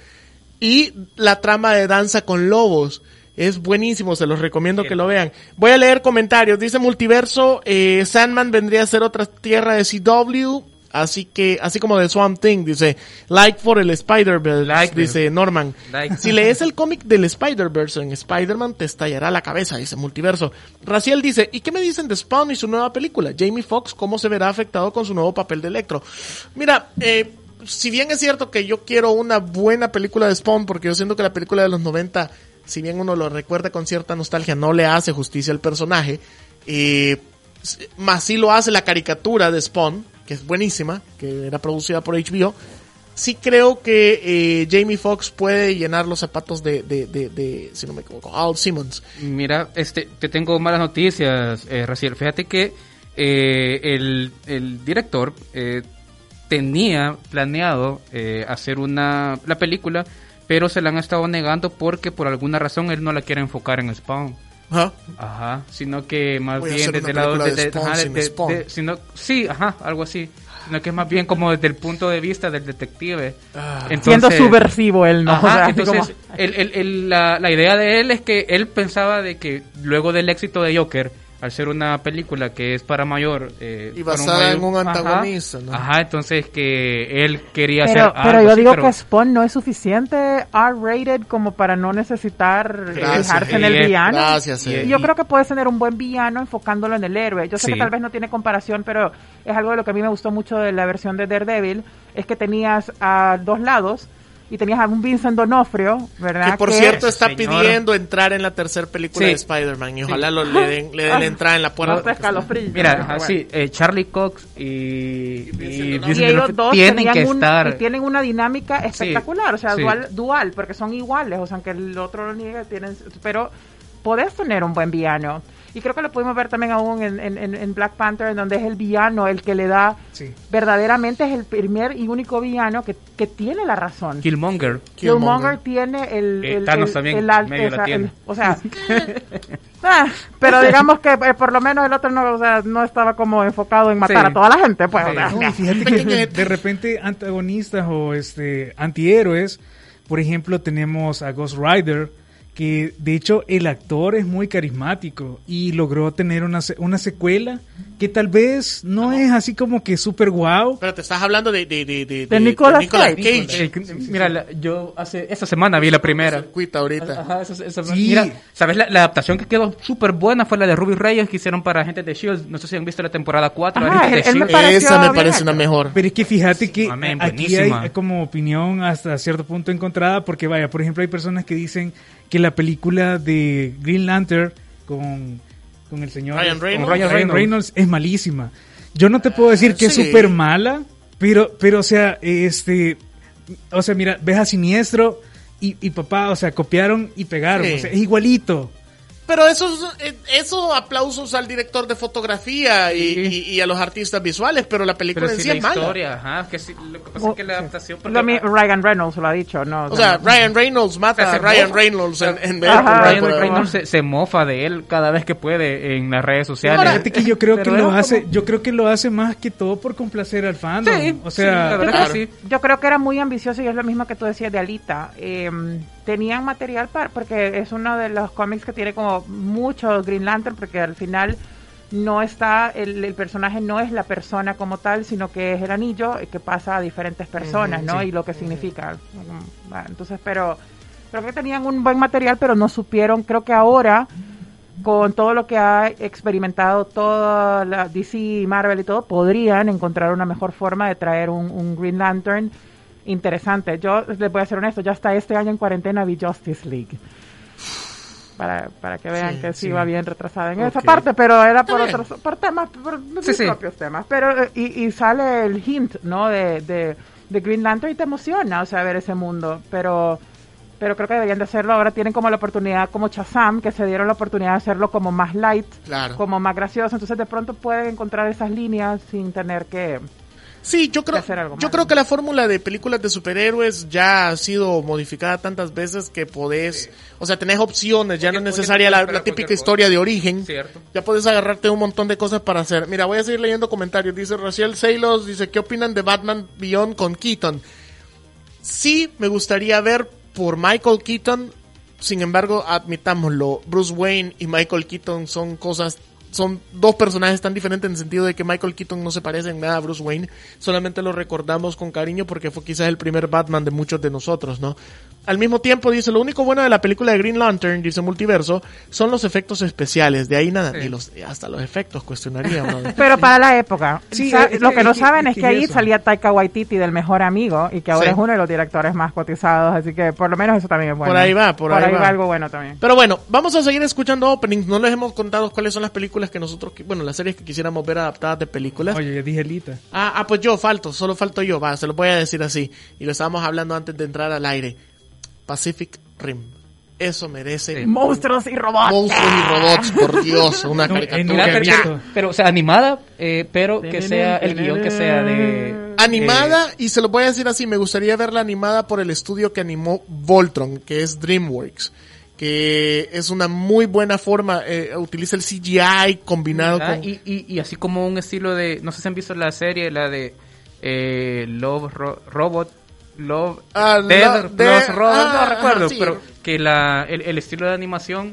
y la trama de danza con lobos. Es buenísimo, se los recomiendo que lo vean. Voy a leer comentarios. Dice Multiverso, eh, Sandman vendría a ser otra tierra de C W, así que, así como de Swamp Thing, dice, like for el Spider-Verse, like dice them. Norman. Like. Si lees el cómic del Spider-Verse en Spider-Man, te estallará la cabeza, dice Multiverso. Raciel dice, ¿y qué me dicen de Spawn y su nueva película? Jamie Foxx, ¿cómo se verá afectado con su nuevo papel de Electro? Mira, eh, si bien es cierto que yo quiero una buena película de Spawn, porque yo siento que la película de los noventa, si bien uno lo recuerda con cierta nostalgia, no le hace justicia al personaje, eh, más sí lo hace la caricatura de Spawn, que es buenísima, que era producida por H B O. Sí creo que eh, Jamie Foxx puede llenar los zapatos de, de, de, de, si no me equivoco, Al Simmons. Mira, este, te tengo malas noticias, eh, Raciel. Fíjate que eh, el, el director eh, tenía planeado eh, hacer una la película, pero se la han estado negando porque por alguna razón él no la quiere enfocar en Spawn. Ajá. Ajá, sino que más Voy bien desde el lado de, de, de, ajá, de, de, de sino, sí, ajá, algo así. Sino que es más bien como desde el punto de vista del detective. Ah. Entonces, siendo subversivo él, ¿no? Ajá, o sea, entonces como... el, el, el, la, la idea de él es que él pensaba de que luego del éxito de Joker al ser una película que es para mayor eh, y basada en un antagonista, ajá, ¿no? Ajá, entonces que él quería pero, hacer pero algo yo así, digo pero... que Spawn no es suficiente R-rated como para no necesitar Gracias. fijarse en el Y- villano. Gracias, y eh. yo creo que puedes tener un buen villano enfocándolo en el héroe. Yo sé Sí. que tal vez no tiene comparación, pero es algo de lo que a mí me gustó mucho de la versión de Daredevil, es que tenías a dos lados y tenías a un Vincent D'Onofrio, ¿verdad? Que por cierto está Señor. pidiendo entrar en la tercera película Sí. de Spider-Man y ojalá lo, le den, le den la entrada en la puerta. No te escalofríos. Mira, Pero ajá, bueno. sí, eh, Charlie Cox y, y, Vincent Vincent D'Onofrio. Y ellos D'Onofrio dos tienen tenían que un- estar... y tienen una dinámica espectacular, o sea, sí. dual, dual, porque son iguales, o sea, aunque el otro lo niegue, tienen, pero podés tener un buen villano. Y creo que lo pudimos ver también aún en, en, en Black Panther, en donde es el villano el que le da, Sí. verdaderamente es el primer y único villano que, que tiene la razón. Killmonger. Killmonger tiene el... Eh, el Thanos el- también el alto, medio o la sea, tiene. el- o sea, ah, pero digamos que eh, por lo menos el otro no, o sea, no estaba como enfocado en matar Sí. a toda la gente, pues. Sí. o sea, No, y fíjate que de repente antagonistas o este antihéroes, por ejemplo, tenemos a Ghost Rider, que de hecho el actor es muy carismático y logró tener una, se- una secuela que tal vez no es así como que súper guau. Pero te estás hablando de, de, de, de, De Nicolas Cage. Eh, mira, la- yo hace esta semana vi la primera. Circuito ahorita. Ajá, esa- esa- Sí. Mira, ¿sabes? La, la adaptación que quedó súper buena fue la de Ruby Reyes que hicieron para Agentes de S H I E L D. No sé si han visto la temporada cuatro de Ajá, Agentes él- de él me S H I E L D. pareció Esa me bien parece hecho. una mejor. Pero es que fíjate que Amén, aquí buenísima. hay como opinión hasta cierto punto encontrada, porque vaya, por ejemplo, hay personas que dicen que la película de Green Lantern con, con el señor Ryan con Reynolds. Ryan Reynolds. Reynolds es malísima. Yo no te puedo decir que sí. es súper mala, pero, pero o sea, este, o sea, mira, ves a Siniestro y, y papá, o sea, copiaron y pegaron, Sí. o sea, es igualito. Pero eso, es- eh, eso aplausos al director de fotografía y, y- y a los artistas visuales, pero la película Pero en sí, sí la es mala. historia, ajá, que sí, lo que pasa es que la adaptación... porque- Lo mi- Ryan Reynolds lo ha dicho, ¿no? O sea, Ryan Reynolds mata O sea, a se Ryan mofa. Reynolds en, en Ajá. Deadpool, Ryan pero- Reynolds se, se mofa de él cada vez que puede en las redes sociales. Ahora, Fíjate que yo creo que Pero lo era hace, como- yo creo que lo hace más que todo por complacer al fandom. Sí, o sí, sea, la verdad claro. que sí. Yo creo que era muy ambicioso y es lo mismo que tú decías de Alita. Eh, tenían material para, porque es uno de los cómics que tiene como mucho Green Lantern, porque al final no está, el, el personaje no es la persona como tal, sino que es el anillo que pasa a diferentes personas, ¿no? Y lo que significa. Mm, bueno, entonces, pero creo que tenían un buen material, pero no supieron, creo que ahora con todo lo que ha experimentado toda la D C y Marvel y todo, podrían encontrar una mejor forma de traer un, un Green Lantern interesante. Yo les voy a ser honesto, ya hasta este año en cuarentena vi Justice League. Para, para que vean Sí, que sí, sí. va bien retrasada en Ok. esa parte, pero era por Está bien. otros por temas, por mis Sí, sí. propios temas. Pero eh, y, y sale el hint, ¿no? De, de, de Green Lantern y te emociona, o sea, ver ese mundo. Pero pero creo que deberían de hacerlo. Ahora tienen como la oportunidad, como Shazam, que se dieron la oportunidad de hacerlo como más light, Claro. como más gracioso. Entonces de pronto pueden encontrar esas líneas sin tener que... Sí, yo creo, hacer algo yo más. creo que la fórmula de películas de superhéroes ya ha sido modificada tantas veces que podés, o sea, tenés opciones, ya no es Cualquier- necesaria cualquier- la, esperar la típica cualquier historia cosa. de origen. Cierto. Ya podés agarrarte un montón de cosas para hacer. Mira, voy a seguir leyendo comentarios. Dice Raciel Saylos, dice, ¿qué opinan de Batman Beyond con Keaton? Sí, me gustaría ver por Michael Keaton. Sin embargo, admitámoslo, Bruce Wayne y Michael Keaton son cosas, son dos personajes tan diferentes en el sentido de que Michael Keaton no se parece en nada a Bruce Wayne, solamente lo recordamos con cariño porque fue quizás el primer Batman de muchos de nosotros, ¿no? Al mismo tiempo dice, lo único bueno de la película de Green Lantern, dice Multiverso, son los efectos especiales, de ahí nada, ni los, hasta los efectos cuestionaría, ¿no? Pero para la época. Sí, Sa- es lo que- que no es que- saben es es que que ahí eso. salía Taika Waititi del mejor amigo y que ahora Sí. es uno de los directores más cotizados, así que por lo menos eso también es bueno. Por ahí va, por ahí va. algo bueno también. Pero bueno, vamos a seguir escuchando openings. No les hemos contado cuáles son las películas que nosotros, qui- bueno, las series que quisiéramos ver adaptadas de películas. Oye, ya dije Lita. Ah, ah, pues yo falto, solo falto yo, va, se lo voy a decir así. Y lo estábamos hablando antes de entrar al aire. Pacific Rim. Eso merece. Monstruos y robots. Monstruos y robots, por Dios, una No, caricatura. eh, nunca he pero, visto. pero- pero, o sea, animada, eh, pero que sea el guión que sea de... Animada, eh, y se lo voy a decir así, me gustaría verla animada por el estudio que animó Voltron, que es DreamWorks, que es una muy buena forma, eh, utiliza el C G I combinado ¿verdad? con... y, y, y así como un estilo de... No sé si han visto la serie, la de eh, Love Ro- Robot, Love... Ah, Dead, lo- de- Lost Robot, ah, no recuerdo, sí. pero que la, el, el estilo de animación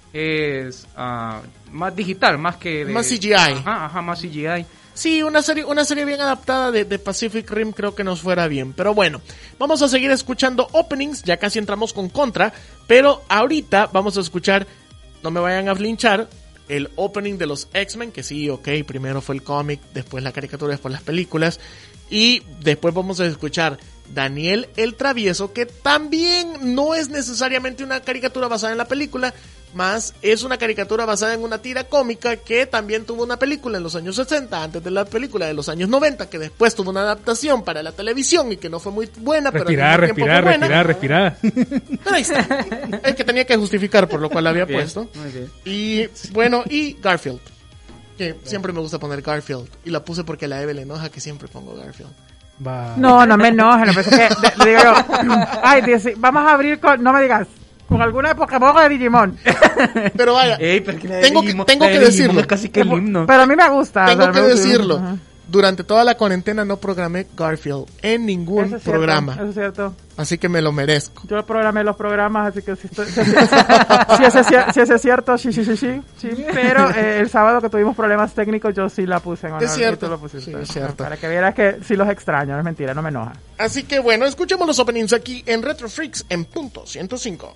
es uh, más digital, más que de, más C G I. Ajá, ajá, más C G I. Sí, una serie, una serie bien adaptada de, de Pacific Rim creo que nos fuera bien. Pero bueno, vamos a seguir escuchando openings, ya casi entramos con Contra, pero ahorita vamos a escuchar, no me vayan a flinchar, el opening de los X-Men, que sí, ok, primero fue el cómic, después la caricatura, después las películas, y después vamos a escuchar Daniel el Travieso, que también no es necesariamente una caricatura basada en la película, más es una caricatura basada en una tira cómica que también tuvo una película en los años sesenta, antes de la película de los años noventa, que después tuvo una adaptación para la televisión y que no fue muy buena, respirar, pero al mismo tiempo fue buena. Respirar, respirar, Pero ahí está. El que tenía que justificar por lo cual la había Bien, puesto. muy bien. Y bueno, y Garfield, que siempre me gusta poner Garfield, y la puse porque a la Eve le enoja que siempre pongo Garfield. Va. No, no me enoja, lo que pasa es que le, le digo yo, ay, dice, vamos a abrir con, no me digas, con alguna de Pokémon o de Digimon. Pero vaya, Ey, pero que la de tengo que, Digimon- tengo la de que Digimon decirlo. es casi que el himno. Pero a mí me gusta. Tengo o sea, que me gusta. decirlo. Ajá. Durante toda la cuarentena no programé Garfield en ningún Eso es cierto, programa. eso es cierto. Así que me lo merezco. Yo programé los programas, así que si, estoy, si, si, si, si, ese, es- si ese es cierto, sí, sí, sí, sí. sí. Pero eh, el sábado que tuvimos problemas técnicos, yo sí la puse en honor. Es cierto, y tú lo pusiste. sí, es cierto. Para que vieras que sí los extraño, no es mentira, no me enoja. Así que bueno, escuchemos los openings aquí en Retro Freaks en punto ciento cinco.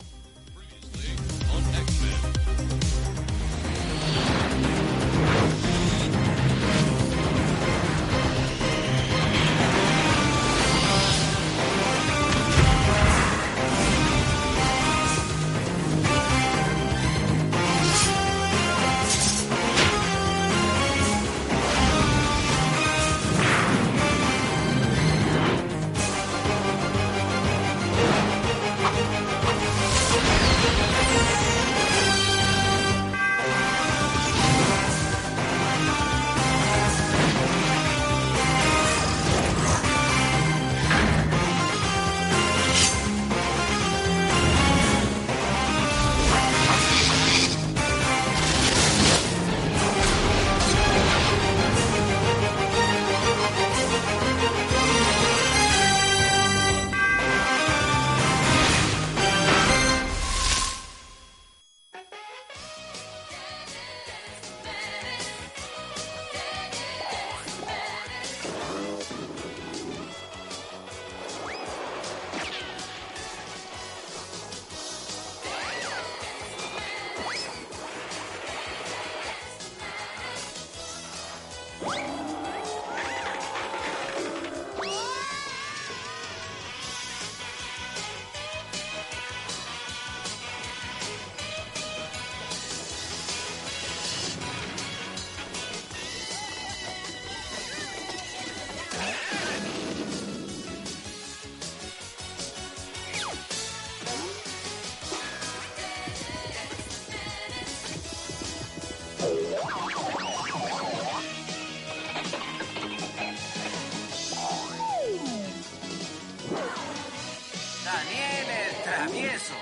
Daniel el Travieso.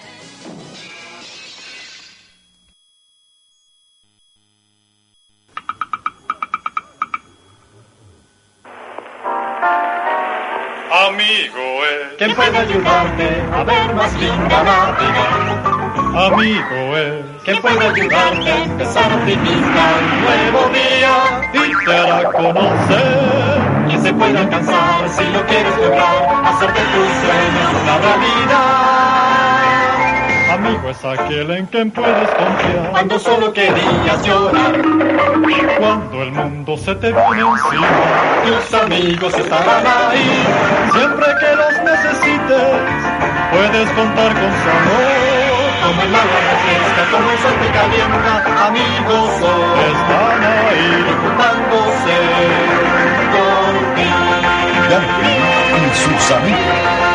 Amigo es ¿Quién puede ayudarte a ver más linda la vida? Amigo es ¿Quién puede ayudarte a empezar a vivir un nuevo día? y te hará conocer. ¿Quién se puede alcanzar si lo quieres lograr? Hacer de tus sueños una realidad. Amigo es aquel en quien puedes confiar. Cuando solo querías llorar, Cuando el mundo se te viene encima, tus amigos estarán ahí. siempre que los necesites, puedes contar con su amor. Como el agua refresca, como el sol te calienta, amigos son. Están ahí Preocupándose por ti. Y sus amigos.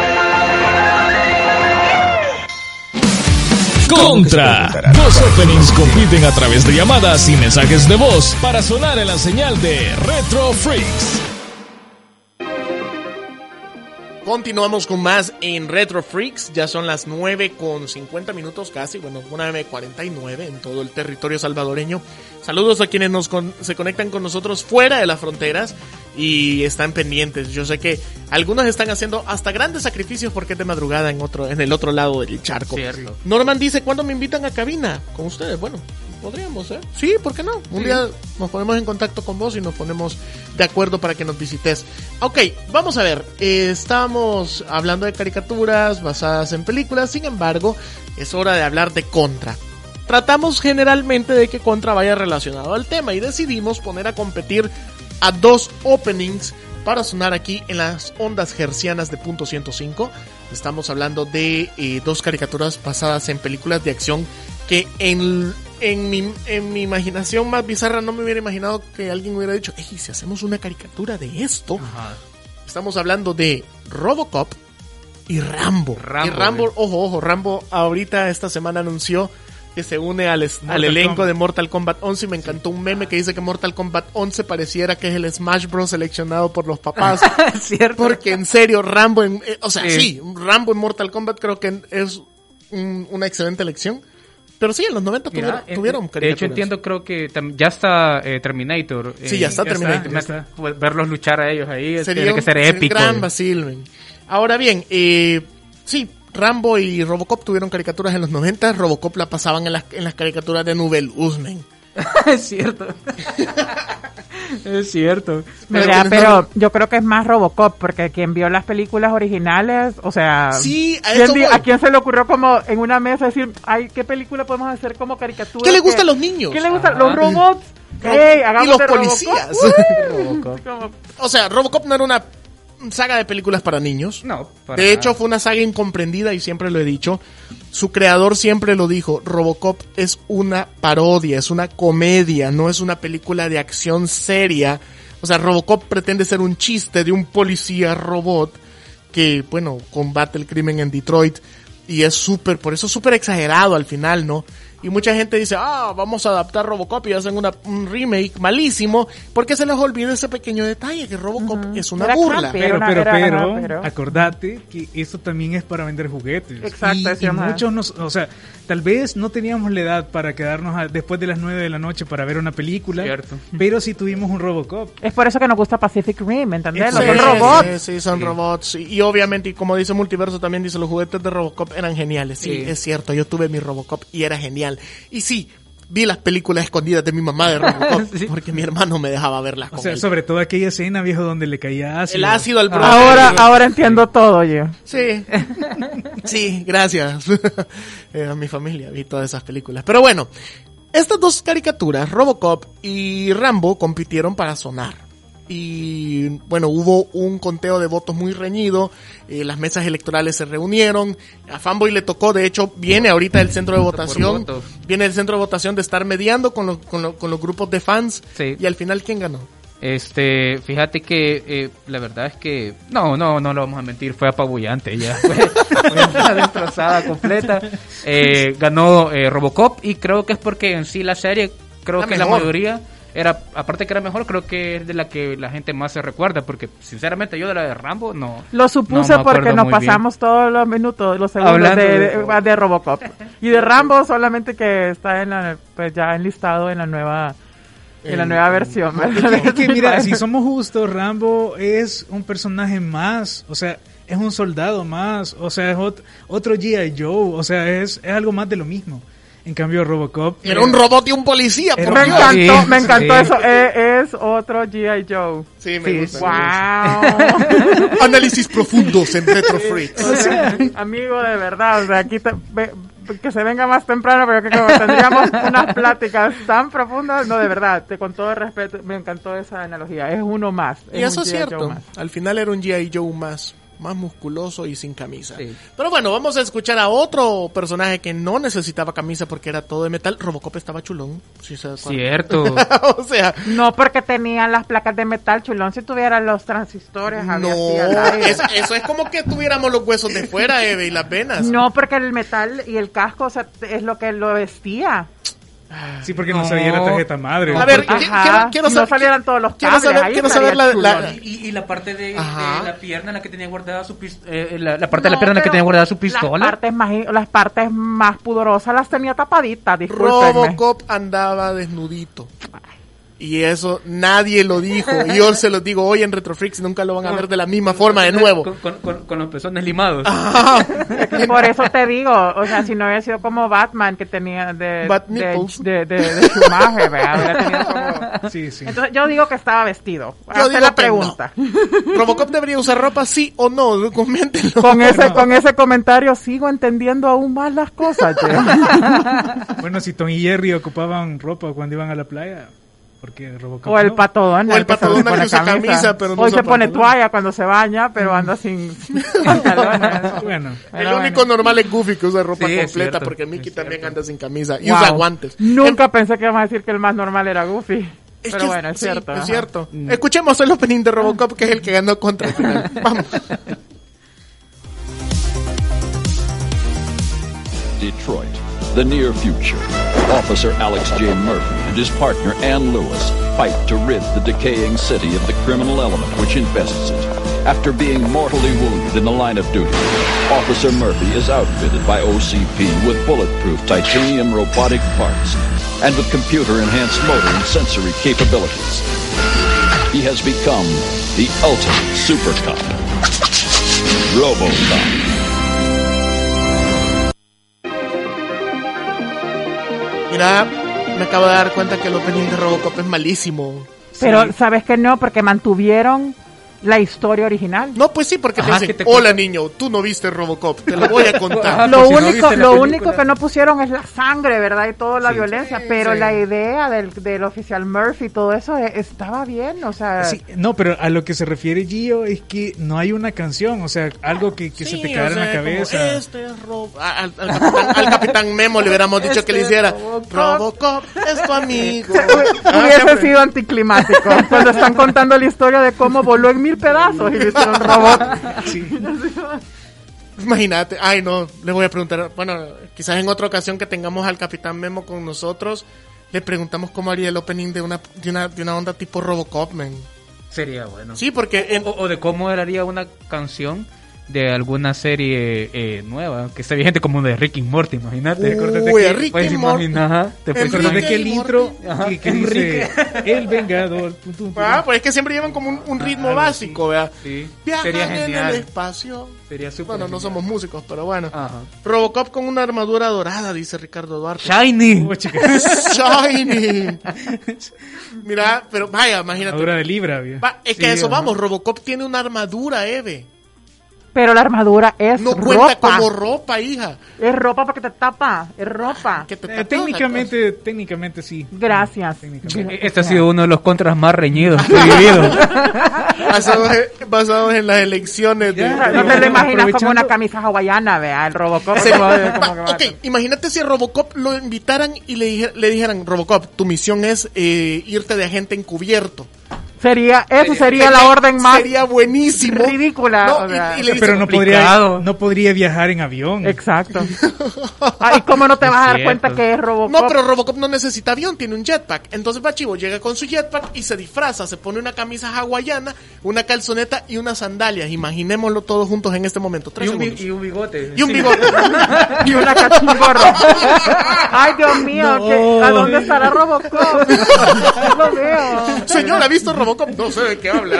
Contra. Dos openings compiten a través de llamadas y mensajes de voz para sonar en la señal de Retro Freaks. Continuamos con más en Retro Freaks. Ya son las nueve con cincuenta minutos casi, bueno, nueve cuarenta y nueve en todo el territorio salvadoreño. Saludos a quienes nos con, se conectan con nosotros fuera de las fronteras. y están pendientes. Yo sé que algunos están haciendo hasta grandes sacrificios porque es de madrugada en otro, en el otro lado del charco. Cierto. Norman dice, ¿cuándo me invitan a cabina con ustedes? Bueno, podríamos, ¿eh? Sí, ¿por qué no? Un Sí. día nos ponemos en contacto con vos y nos ponemos de acuerdo para que nos visites. Ok, vamos a ver. Eh, estamos hablando de caricaturas basadas en películas, sin embargo, es hora de hablar de Contra. Tratamos generalmente de que Contra vaya relacionado al tema y decidimos poner a competir a dos openings para sonar aquí en las ondas hercianas de punto ciento cinco. Estamos hablando de eh, dos caricaturas basadas en películas de acción que en, en, mi, en mi imaginación más bizarra no me hubiera imaginado que alguien hubiera dicho, hey, si hacemos una caricatura de esto. Ajá. Estamos hablando de Robocop y Rambo. Rambo, y Rambo, eh. ojo, ojo, Rambo ahorita esta semana anunció que se une al, es- al Mortal elenco Kombat. de Mortal Kombat once y me encantó un meme que dice que Mortal Kombat once pareciera que es el Smash Bros seleccionado por los papás. Cierto. Porque en serio, Rambo, en, eh, o sea, Sí. sí, Rambo en Mortal Kombat creo que es un- una excelente elección. Pero sí, en los noventa Mira, tuvieron, en- tuvieron de hecho caricaturas. entiendo, creo que tam- ya está eh, Terminator. Sí, ya está ya Terminator. Me- ya está. pues, verlos luchar a ellos ahí Sería tiene que un- ser sería un épico. gran vacil, men. Ahora bien, eh, sí, Rambo y Robocop tuvieron caricaturas en los noventa. Robocop la pasaban en las, en las caricaturas de Nube Luz, men. Es cierto. Es cierto. Mira, Pero- pero yo creo que es más Robocop, porque quien vio las películas originales, o sea, Sí, a ¿quién eso di- voy. ¿a quién se le ocurrió como en una mesa decir, ay, qué película podemos hacer como caricatura? ¿Qué le gusta que- a los niños? ¿Qué le gusta? Ajá. Los robots. Ey, hagamos y los de Robocop. policías. Uy, como- O sea, Robocop no era una saga de películas para niños. No, para De nada. hecho, fue una saga incomprendida y siempre lo he dicho. Su creador siempre lo dijo. Robocop es una parodia, es una comedia, no es una película de acción seria. O sea, Robocop pretende ser un chiste de un policía robot que, bueno, combate el crimen en Detroit. Y es súper, por eso es súper exagerado al final, ¿no? Y mucha gente dice, ah, vamos a adaptar Robocop y hacen una, un remake malísimo, porque se les olvida ese pequeño detalle, que Robocop es una Era burla. crampy. Pero, una- pero, era- pero, ajá, pero- acordate que eso también es para vender juguetes. Exacto, Y, eso y más. muchos nos, o sea, tal vez no teníamos la edad para quedarnos a- después de las nueve de la noche para ver una película, Cierto. pero sí tuvimos un Robocop. Es por eso que nos gusta Pacific Rim, ¿entendés? Sí, Son Sí, robots. Sí, sí, son robots. Y, y obviamente, y como dice Multiverso, también dice, los juguetes de Robocop eran geniales. Sí, Sí. es cierto, yo tuve mi Robocop y era genial. Y sí, vi las películas escondidas de mi mamá de Robocop, Sí. porque mi hermano me dejaba verlas O con sea, él. sobre todo aquella escena, viejo, donde le caía ácido. El ácido al brother. Ahora, ahora entiendo todo yo. Sí, sí, gracias Eh, a mi familia, vi todas esas películas. Pero bueno, estas dos caricaturas, Robocop y Rambo, compitieron para sonar. Y bueno, hubo un conteo de votos muy reñido, eh, las mesas electorales se reunieron, a Fanboy le tocó, de hecho, viene ahorita el centro de Voto por votación, voto. viene el centro de votación de estar mediando con, los con, los- con los grupos de fans, Sí. y al final, ¿quién ganó? Este, fíjate que eh, la verdad es que no, no, no lo vamos a mentir, fue apabullante ya, fue, fue una destrozada completa. Eh, ganó eh, Robocop y creo que es porque en sí la serie, creo La que la mejor. mayoría era, aparte que era mejor, creo que es de la que la gente más se recuerda, porque sinceramente yo de la de Rambo no. Lo supuse no me porque acuerdo nos muy bien. pasamos todos los minutos, los segundos Hablando de, de de- Robocop. de Robocop. Y de Rambo solamente que está en la, pues ya enlistado en la nueva, en la En- nueva versión. Es que mira, si somos justos, Rambo es un personaje más, o sea, es un soldado más, o sea, es ot- otro G I. Joe, o sea, es, es algo más de lo mismo. En cambio, Robocop... Era un robot y un policía, Era por Me Dios. encantó, Sí, me encantó sí. eso. Eh, es otro G I. Joe. Sí, me gusta. Wow. Análisis profundos en Retro Freaks. O sea, amigo, de verdad, o sea, aquí te- ve- que se venga más temprano, pero que como tendríamos unas pláticas tan profundas, no, de verdad, te, con todo el respeto, me encantó esa analogía, es uno más. Y eso un es G I. Joe cierto. más. Al final era un G I. Joe más, más musculoso y sin camisa. Sí. Pero bueno, vamos a escuchar a otro personaje que no necesitaba camisa porque era todo de metal. Robocop estaba chulón. Si se acuerdan. Cierto. O sea, No porque tenían las placas de metal, chulón, si tuvieran los transistores, había no, así al aire. es- eso es como que tuviéramos los huesos de fuera, Eve, y las venas. No, porque el metal y el casco, o sea, es lo que lo vestía. Sí, porque no, sabía la tarjeta madre. A ver, Ajá, qui- quiero, quiero si saber- no salieran todos los quiero cables, saber, ahí quiero estaría saber la, la- chulón. Y, y la parte de, Ajá. de la pierna en la que tenía guardada su pis- eh, la, la parte de la No, pierna en la que pero tenía guardada su Las pistola. partes más, las partes más pudorosas las tenía tapaditas, discúlpenme. Robocop andaba desnudito. Y eso nadie lo dijo. Y yo se los digo hoy en Retrofreaks y nunca lo van a ver de la misma forma de nuevo. Con, con, con, con los pezones limados. Ah. Por eso te digo, o sea, si no hubiera sido como Batman que tenía de, Bat de, nipples. de, de, de Schumacher, ¿verdad? Hubiera tenido como... Sí, sí. Entonces yo digo que estaba vestido. Yo Hazte digo la que pregunta. no. ¿Robocop debería usar ropa, sí o no? Coméntenlo. Con ese, con ese comentario sigo entendiendo aún más las cosas, che. Bueno, si Tom y Jerry ocupaban ropa cuando iban a la playa, porque Robocop O el no. Pato Donald. O el Pato que Donald pone que usa camisa, pero no Hoy usa se pone pantalón. toalla cuando se baña, pero anda sin, sin pantalones. Bueno, El Pero único bueno. normal es Goofy que usa ropa Sí, es completa cierto, porque Mickey es también cierto. anda sin camisa y Wow. usa guantes. Nunca pensé que íbamos a decir que el más normal era Goofy. Es Pero que bueno, es sí, cierto. es ajá. cierto. Escuchemos el opening de Robocop que es el que ganó contra el final. Vamos. Detroit, the near future. Officer Alex J. Murphy and his partner Ann Lewis fight to rid the decaying city of the criminal element which infests it. After being mortally wounded in the line of duty, Officer Murphy is outfitted by O C P with bulletproof titanium robotic parts and with computer-enhanced motor and sensory capabilities. He has become the ultimate super cop, RoboCop. Mira, me acabo de dar cuenta que el opening de Robocop es malísimo. Pero, Sí. ¿sabes qué no? Porque mantuvieron la historia original. No, pues sí, porque Ajá, te que dicen, te hola niño, tú no viste Robocop, te lo voy a contar. Lo por si no único, viste la lo película. único que no pusieron es la sangre, ¿verdad? Y toda la Sí. violencia, pero sí. la idea del, del oficial Murphy, todo eso eh, estaba bien, o sea... Sí, no, pero a lo que se refiere Gio es que no hay una canción, o sea, algo que, que Sí, se te quedara o sea, en la cabeza. como, este es Rob... a- Al, al capitán, al Capitán Memo le hubiéramos dicho que le hiciera Robocop. Robocop es tu amigo. Hu- Hubiese sido anticlimático cuando están contando la historia de cómo voló en mil pedazos y le hicieron robot. Sí. Imagínate, ay no, le voy a preguntar, bueno, quizás en otra ocasión que tengamos al Capitán Memo con nosotros, le preguntamos cómo haría el opening de una de una, de una onda tipo Robocop, man. Sería bueno. Sí, porque en- O, o de cómo haría una canción de alguna serie eh, nueva, que esté vigente como de Rick y Morty, imagínate. Acuérdate Uy, que- a Rick Puedes y Morty. imaginar, ajá, te puedes Enrique Recordate que el y intro Morty. que, que dice El Vengador. tum, tum, tum. Ah, pues es que siempre llevan como un, un ritmo algo básico, ¿verdad? Sí, Viajan sería en el genial. espacio. Sería súper Bueno, no genial. somos músicos, pero bueno. Ajá. Robocop con una armadura dorada, dice Ricardo Duarte. Shiny. Oh, chica. Shiny. Mira, pero vaya, imagínate. Armadura de Libra, vio. Va, es que Sí, a eso ajá. vamos, Robocop tiene una armadura, Eve. Pero la armadura es No cuenta ropa. como ropa, hija. Es ropa porque te tapa, es ropa. Que te Eh, tapa técnicamente, técnicamente sí. Gracias. Técnicamente. Este ha sido uno de los contras más reñidos que he vivido. una- basados, en, basados en las elecciones de... Ya, No te lo imaginas como Aprovechando- una camisa hawaiana, vea, el Robocop. Se- como- va, como que va- ok, imagínate si a Robocop lo invitaran y le, dije- le dijeran, Robocop, tu misión es eh, irte de agente encubierto. Sería, eso sería la orden más Sería buenísimo. ridícula. No, o sea. y- y le Pero dicen, no podría, complicado. no podría viajar en avión. Exacto. Ah, ¿y cómo no te Es vas a dar cierto. cuenta que es Robocop? No, pero Robocop no necesita avión, tiene un jetpack. Entonces va chivo, llega con su jetpack y se disfraza, se pone una camisa hawaiana, una calzoneta y unas sandalias. Imaginémoslo todos juntos en este momento. Tres Y un, bi- segundos. y un bigote. Y un Sí. bigote. Y una cachingorro. Ay, Dios mío, No. ¿qué- ¿a dónde estará Robocop? No lo veo. Señor, ¿ha visto Robocop? No sé de qué habla.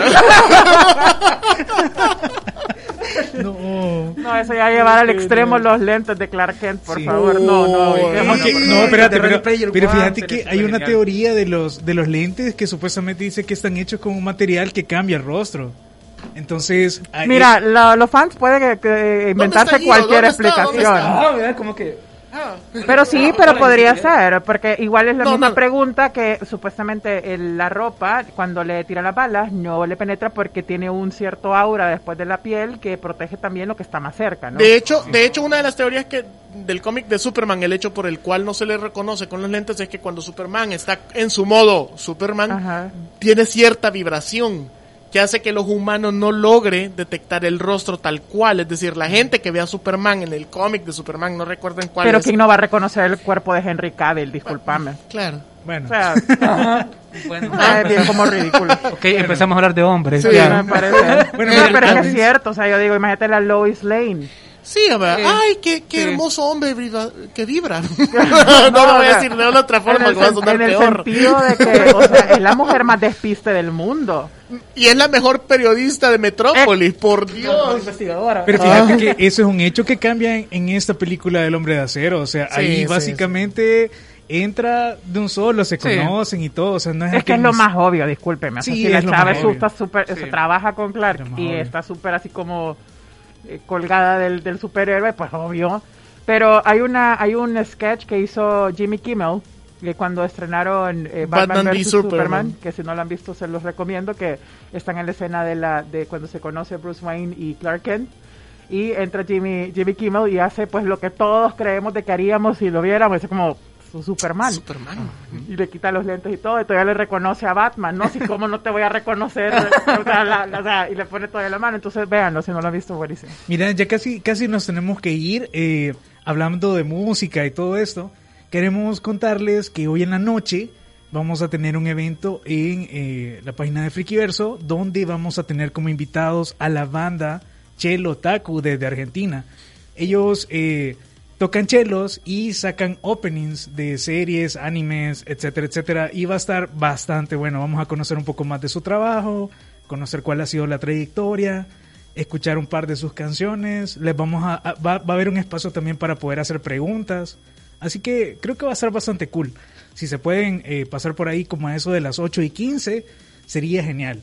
No. No, eso ya llevar al extremo los lentes de Clark Kent, por Sí. favor. No, no. Oh, dejémonos Aunque- por no, favor. espérate, de Ready pero, Player pero One fíjate sería que súper hay una genial. teoría de los de los lentes que supuestamente dice que están hechos con un material que cambia el rostro. Entonces, hay- Mira, la- los fans pueden que- que inventarse está Guido? cualquier ¿Dónde está? ¿Dónde explicación. está? Ah, mira, como que... Pero sí, pero podría ser, porque igual es la No, misma no. pregunta que supuestamente el- la ropa, cuando le tiran las balas, no le penetra porque tiene un cierto aura después de la piel que protege también lo que está más cerca, ¿no? De hecho, de hecho, una de las teorías que del cómic de Superman, el hecho por el cual no se le reconoce con los lentes es que cuando Superman está en su modo Superman, Ajá. tiene cierta vibración que hace que los humanos no logre detectar el rostro tal cual. Es decir, la gente que ve a Superman en el cómic de Superman, no recuerdo en cuál Pero es. ¿quién no va a reconocer el cuerpo de Henry Cavill? Discúlpame. Claro. bueno, O sea, Bueno, ah, es bien como ridículo. ok, empezamos a hablar de hombres. Sí, ya. Me parece. Bueno, No, mira, pero es que es antes- cierto, o sea, yo digo, imagínate la Lois Lane. Sí, a ver, Sí. ay, qué, qué Sí. hermoso hombre vibra, que vibra. no, no lo voy a decir de una otra forma, en el, que va a sen- sonar en el peor. sentido de que, o sea, es la mujer más despiste del mundo. Y es la mejor periodista de Metrópolis, por Dios. Investigadora. Pero fíjate Ah. que eso es un hecho que cambia en, en esta película del Hombre de Acero. O sea, Sí, ahí sí, básicamente entra de un solo, se Sí. conocen y todo. O sea, no es, Es que es aquel lo mis- más obvio, discúlpeme. O sea, Sí, si la es lo chava más es obvio. está súper, Sí. se trabaja con Clark Es lo más y obvio. está súper así como eh, colgada del, del superhéroe, pues obvio. Pero hay una hay un sketch que hizo Jimmy Kimmel que cuando estrenaron eh, Batman, Batman v versus Superman. Superman, que si no lo han visto se los recomiendo, que están en la escena de la de cuando se conoce Bruce Wayne y Clark Kent. Y entra Jimmy Jimmy Kimmel y hace pues lo que todos creemos de que haríamos si lo viéramos, es como su Superman. Superman. Y le quita los lentes y todo, y todavía le reconoce a Batman, ¿no? Si cómo no te voy a reconocer, o sea, la- la- o sea, y le pone todavía la mano, entonces véanlo, si no lo han visto, buenísimo. Mira, ya casi, casi nos tenemos que ir eh, hablando de música y todo esto. Queremos contarles que hoy en la noche vamos a tener un evento en eh, la página de Frikiverso, donde vamos a tener como invitados a la banda Chelo Taku desde Argentina. Ellos eh, tocan chelos y sacan openings de series, animes, etcétera, etcétera. Y va a estar bastante bueno. Vamos a conocer un poco más de su trabajo, conocer cuál ha sido la trayectoria, escuchar un par de sus canciones. Les vamos a, a- va, va a haber un espacio también para poder hacer preguntas. Así que creo que va a estar bastante cool. Si se pueden eh, pasar por ahí como a eso de las ocho y quince, sería genial.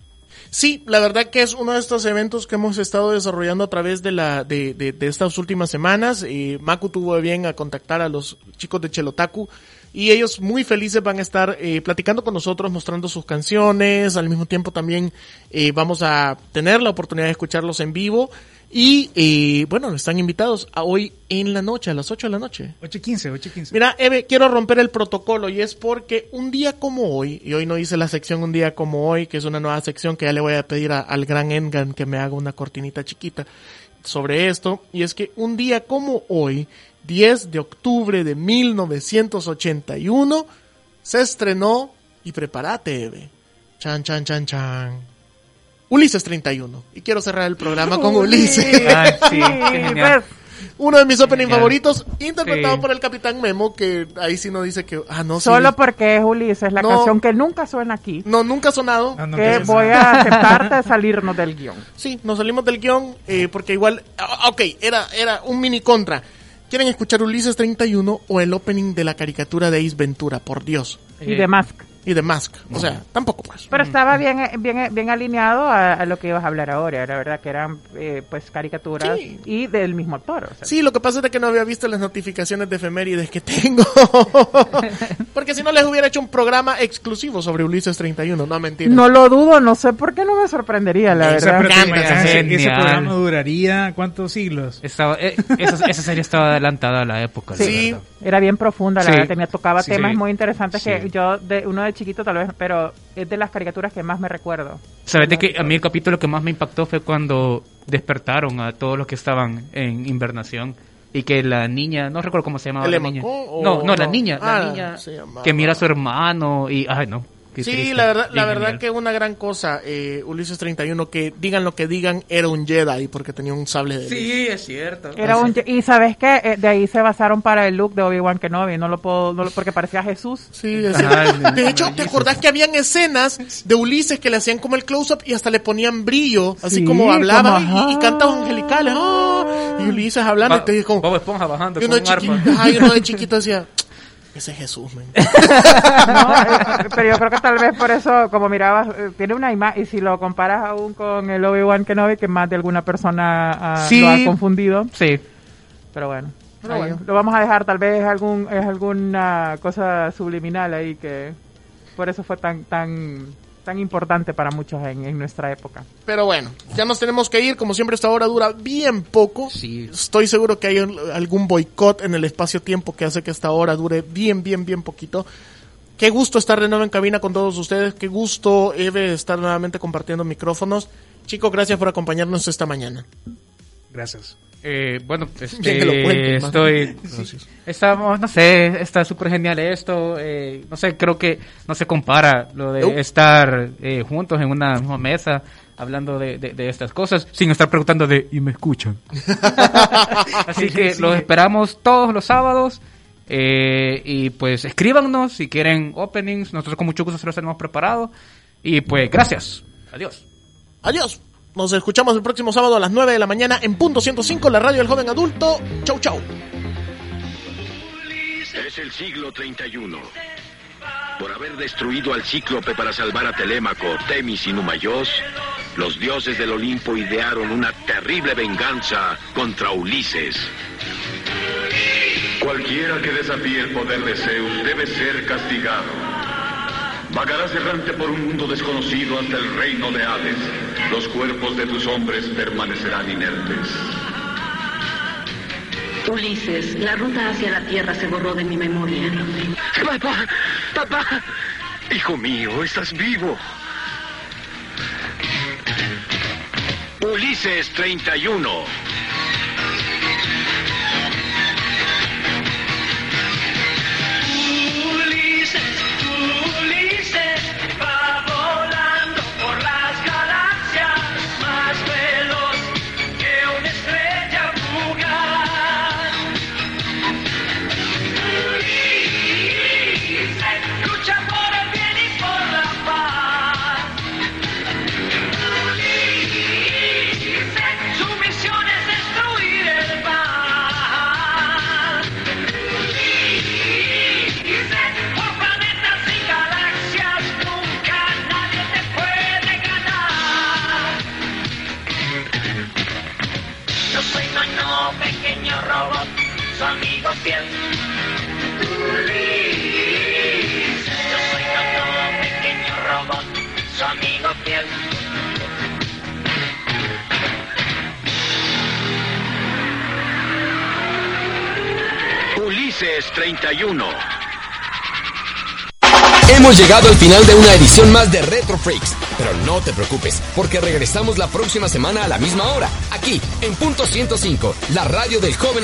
Sí, la verdad que es uno de estos eventos que hemos estado desarrollando a través de la de, de, de estas últimas semanas. Eh, Maku tuvo bien a contactar a los chicos de Chelotaku y ellos muy felices van a estar eh, platicando con nosotros, mostrando sus canciones. Al mismo tiempo también eh, vamos a tener la oportunidad de escucharlos en vivo. Y eh, bueno, están invitados a hoy en la noche, a las ocho de la noche. ocho y quince, ocho y quince. Mira, Eve, quiero romper el protocolo y es porque un día como hoy, y hoy no hice la sección un día como hoy, que es una nueva sección que ya le voy a pedir a- al gran Engan que me haga una cortinita chiquita sobre esto, y es que un día como hoy, diez de octubre de mil novecientos ochenta y uno, se estrenó, y prepárate, Eve, chan, chan, chan, chan, Ulises treinta y uno. Y quiero cerrar el programa con Ulises. Ay, sí, qué genial. Uno de mis opening Genial. favoritos, interpretado Sí. por el Capitán Memo, que ahí sí no dice que... Ah, no, sí. Solo porque es Ulises, la No. canción que nunca suena aquí. No, nunca ha sonado. que voy a aceptarte de salirnos del guión. Sí, nos salimos del guión eh, porque igual... ah, ok, era, era un mini contra. ¿Quieren escuchar Ulises treinta y uno o el opening de la caricatura de Ace Ventura? Por Dios. Y de Mask. Y de Mask. O sea, tampoco pues. Pero estaba bien, bien, bien alineado a, a lo que ibas a hablar ahora. La verdad que eran eh, pues caricaturas Sí. y del mismo actor. O sea. Sí, lo que pasa es de que no había visto las notificaciones de efemérides que tengo. Porque si no les hubiera hecho un programa exclusivo sobre Ulises treinta y uno. No, mentira. No lo dudo, no sé por qué no me sorprendería, la Esa, verdad. pero te imaginas, ese, ese Genial. programa duraría ¿cuántos siglos? Estaba, eh, esa, esa serie estaba adelantada a la época. la Sí, verdad. era bien profunda, la Sí. verdad, tenía, tocaba Sí, temas sí. muy interesantes Sí. que yo, de uno de chiquito tal vez, pero es de las caricaturas que más me recuerdo. ¿Sabes de que a mí el capítulo que más me impactó fue cuando despertaron a todos los que estaban en invernación y que la niña, no recuerdo cómo se llamaba la niña. ¿Telemacó o No, no, la no? niña, Ah, la niña se llamaba. que mira a su hermano y ay no. qué Sí, triste. la verdad, la Bien verdad genial. que una gran cosa, eh, Ulises treinta y uno, que digan lo que digan, era un Jedi porque tenía un sable de luz. Sí, es cierto. Era un, y sabes que eh, de ahí se basaron para el look de Obi-Wan Kenobi, no lo puedo, no lo- porque parecía Jesús. Sí, es cierto. De hecho, ¿te acordás que habían escenas de Ulises que le hacían como el close-up y hasta le ponían brillo, así Sí, como hablaba como, y, y cantos angelicales? ¡Ah! Y Ulises hablando, Ba- y te dijo, Bob Esponja bajando y con uno, de un arpa. chiqui- ay, uno de chiquito decía, ese es Jesús, man. No, eh, pero yo creo que tal vez por eso, como mirabas, eh, tiene una imagen, y si lo comparas aún con el Obi-Wan Kenobi, que más de alguna persona ah, Sí. lo ha confundido. Sí. Pero bueno, Pero ahí bueno. lo vamos a dejar, tal vez es algún es alguna cosa subliminal ahí que por eso fue tan tan tan importante para muchos en, en nuestra época. Pero bueno, ya nos tenemos que ir. Como siempre, esta hora dura bien poco. Sí. Estoy seguro que hay un- algún boicot en el espacio-tiempo que hace que esta hora dure bien, bien, bien poquito. Qué gusto estar de nuevo en cabina con todos ustedes. Qué gusto, Eve, estar nuevamente compartiendo micrófonos. Chicos, gracias por acompañarnos esta mañana. Gracias. Eh, bueno, Bien que lo este, cuentes, man. estoy, Gracias. estamos, no sé, está súper genial esto, eh, no sé, creo que no se compara lo de Nope. estar eh, juntos en una misma mesa, hablando de, de, de estas cosas, sin estar preguntando de, ¿y me escuchan? Así que sí. Los esperamos todos los sábados. Eh, y pues escríbanos si quieren openings, nosotros con mucho gusto se los tenemos preparados. Y pues gracias, adiós. Adiós, nos escuchamos el próximo sábado a las nueve de la mañana en punto ciento cinco, la radio del joven adulto. Chau, chau. Es el siglo treinta y uno. Por haber destruido al Cíclope para salvar a Telémaco, Temis y Numayos, los dioses del Olimpo idearon una terrible venganza contra Ulises. Cualquiera que desafíe el poder de Zeus debe ser castigado. Vagarás errante por un mundo desconocido hasta el reino de Hades. Los cuerpos de tus hombres permanecerán inertes. Ulises, la ruta hacia la Tierra se borró de mi memoria. Papá, papá, hijo mío, estás vivo. Ulises treinta y uno. Ulises, Ulises, va volando por las galaxias, más veloz que una estrella fugaz. Ulises, lucha por el bien y por la paz. Ulises, su misión es destruir el mal. Ulises, por planetas y galaxias, nunca nadie te puede ganar. Yo soy Nono, pequeño robot, su amigo fiel. Ulises, yo soy Nono, pequeño robot, su amigo fiel. Ulises treinta y uno. Hemos llegado al final de una edición más de Retro Freaks, pero no te preocupes, porque regresamos la próxima semana a la misma hora, aquí en Punto ciento cinco, la radio del joven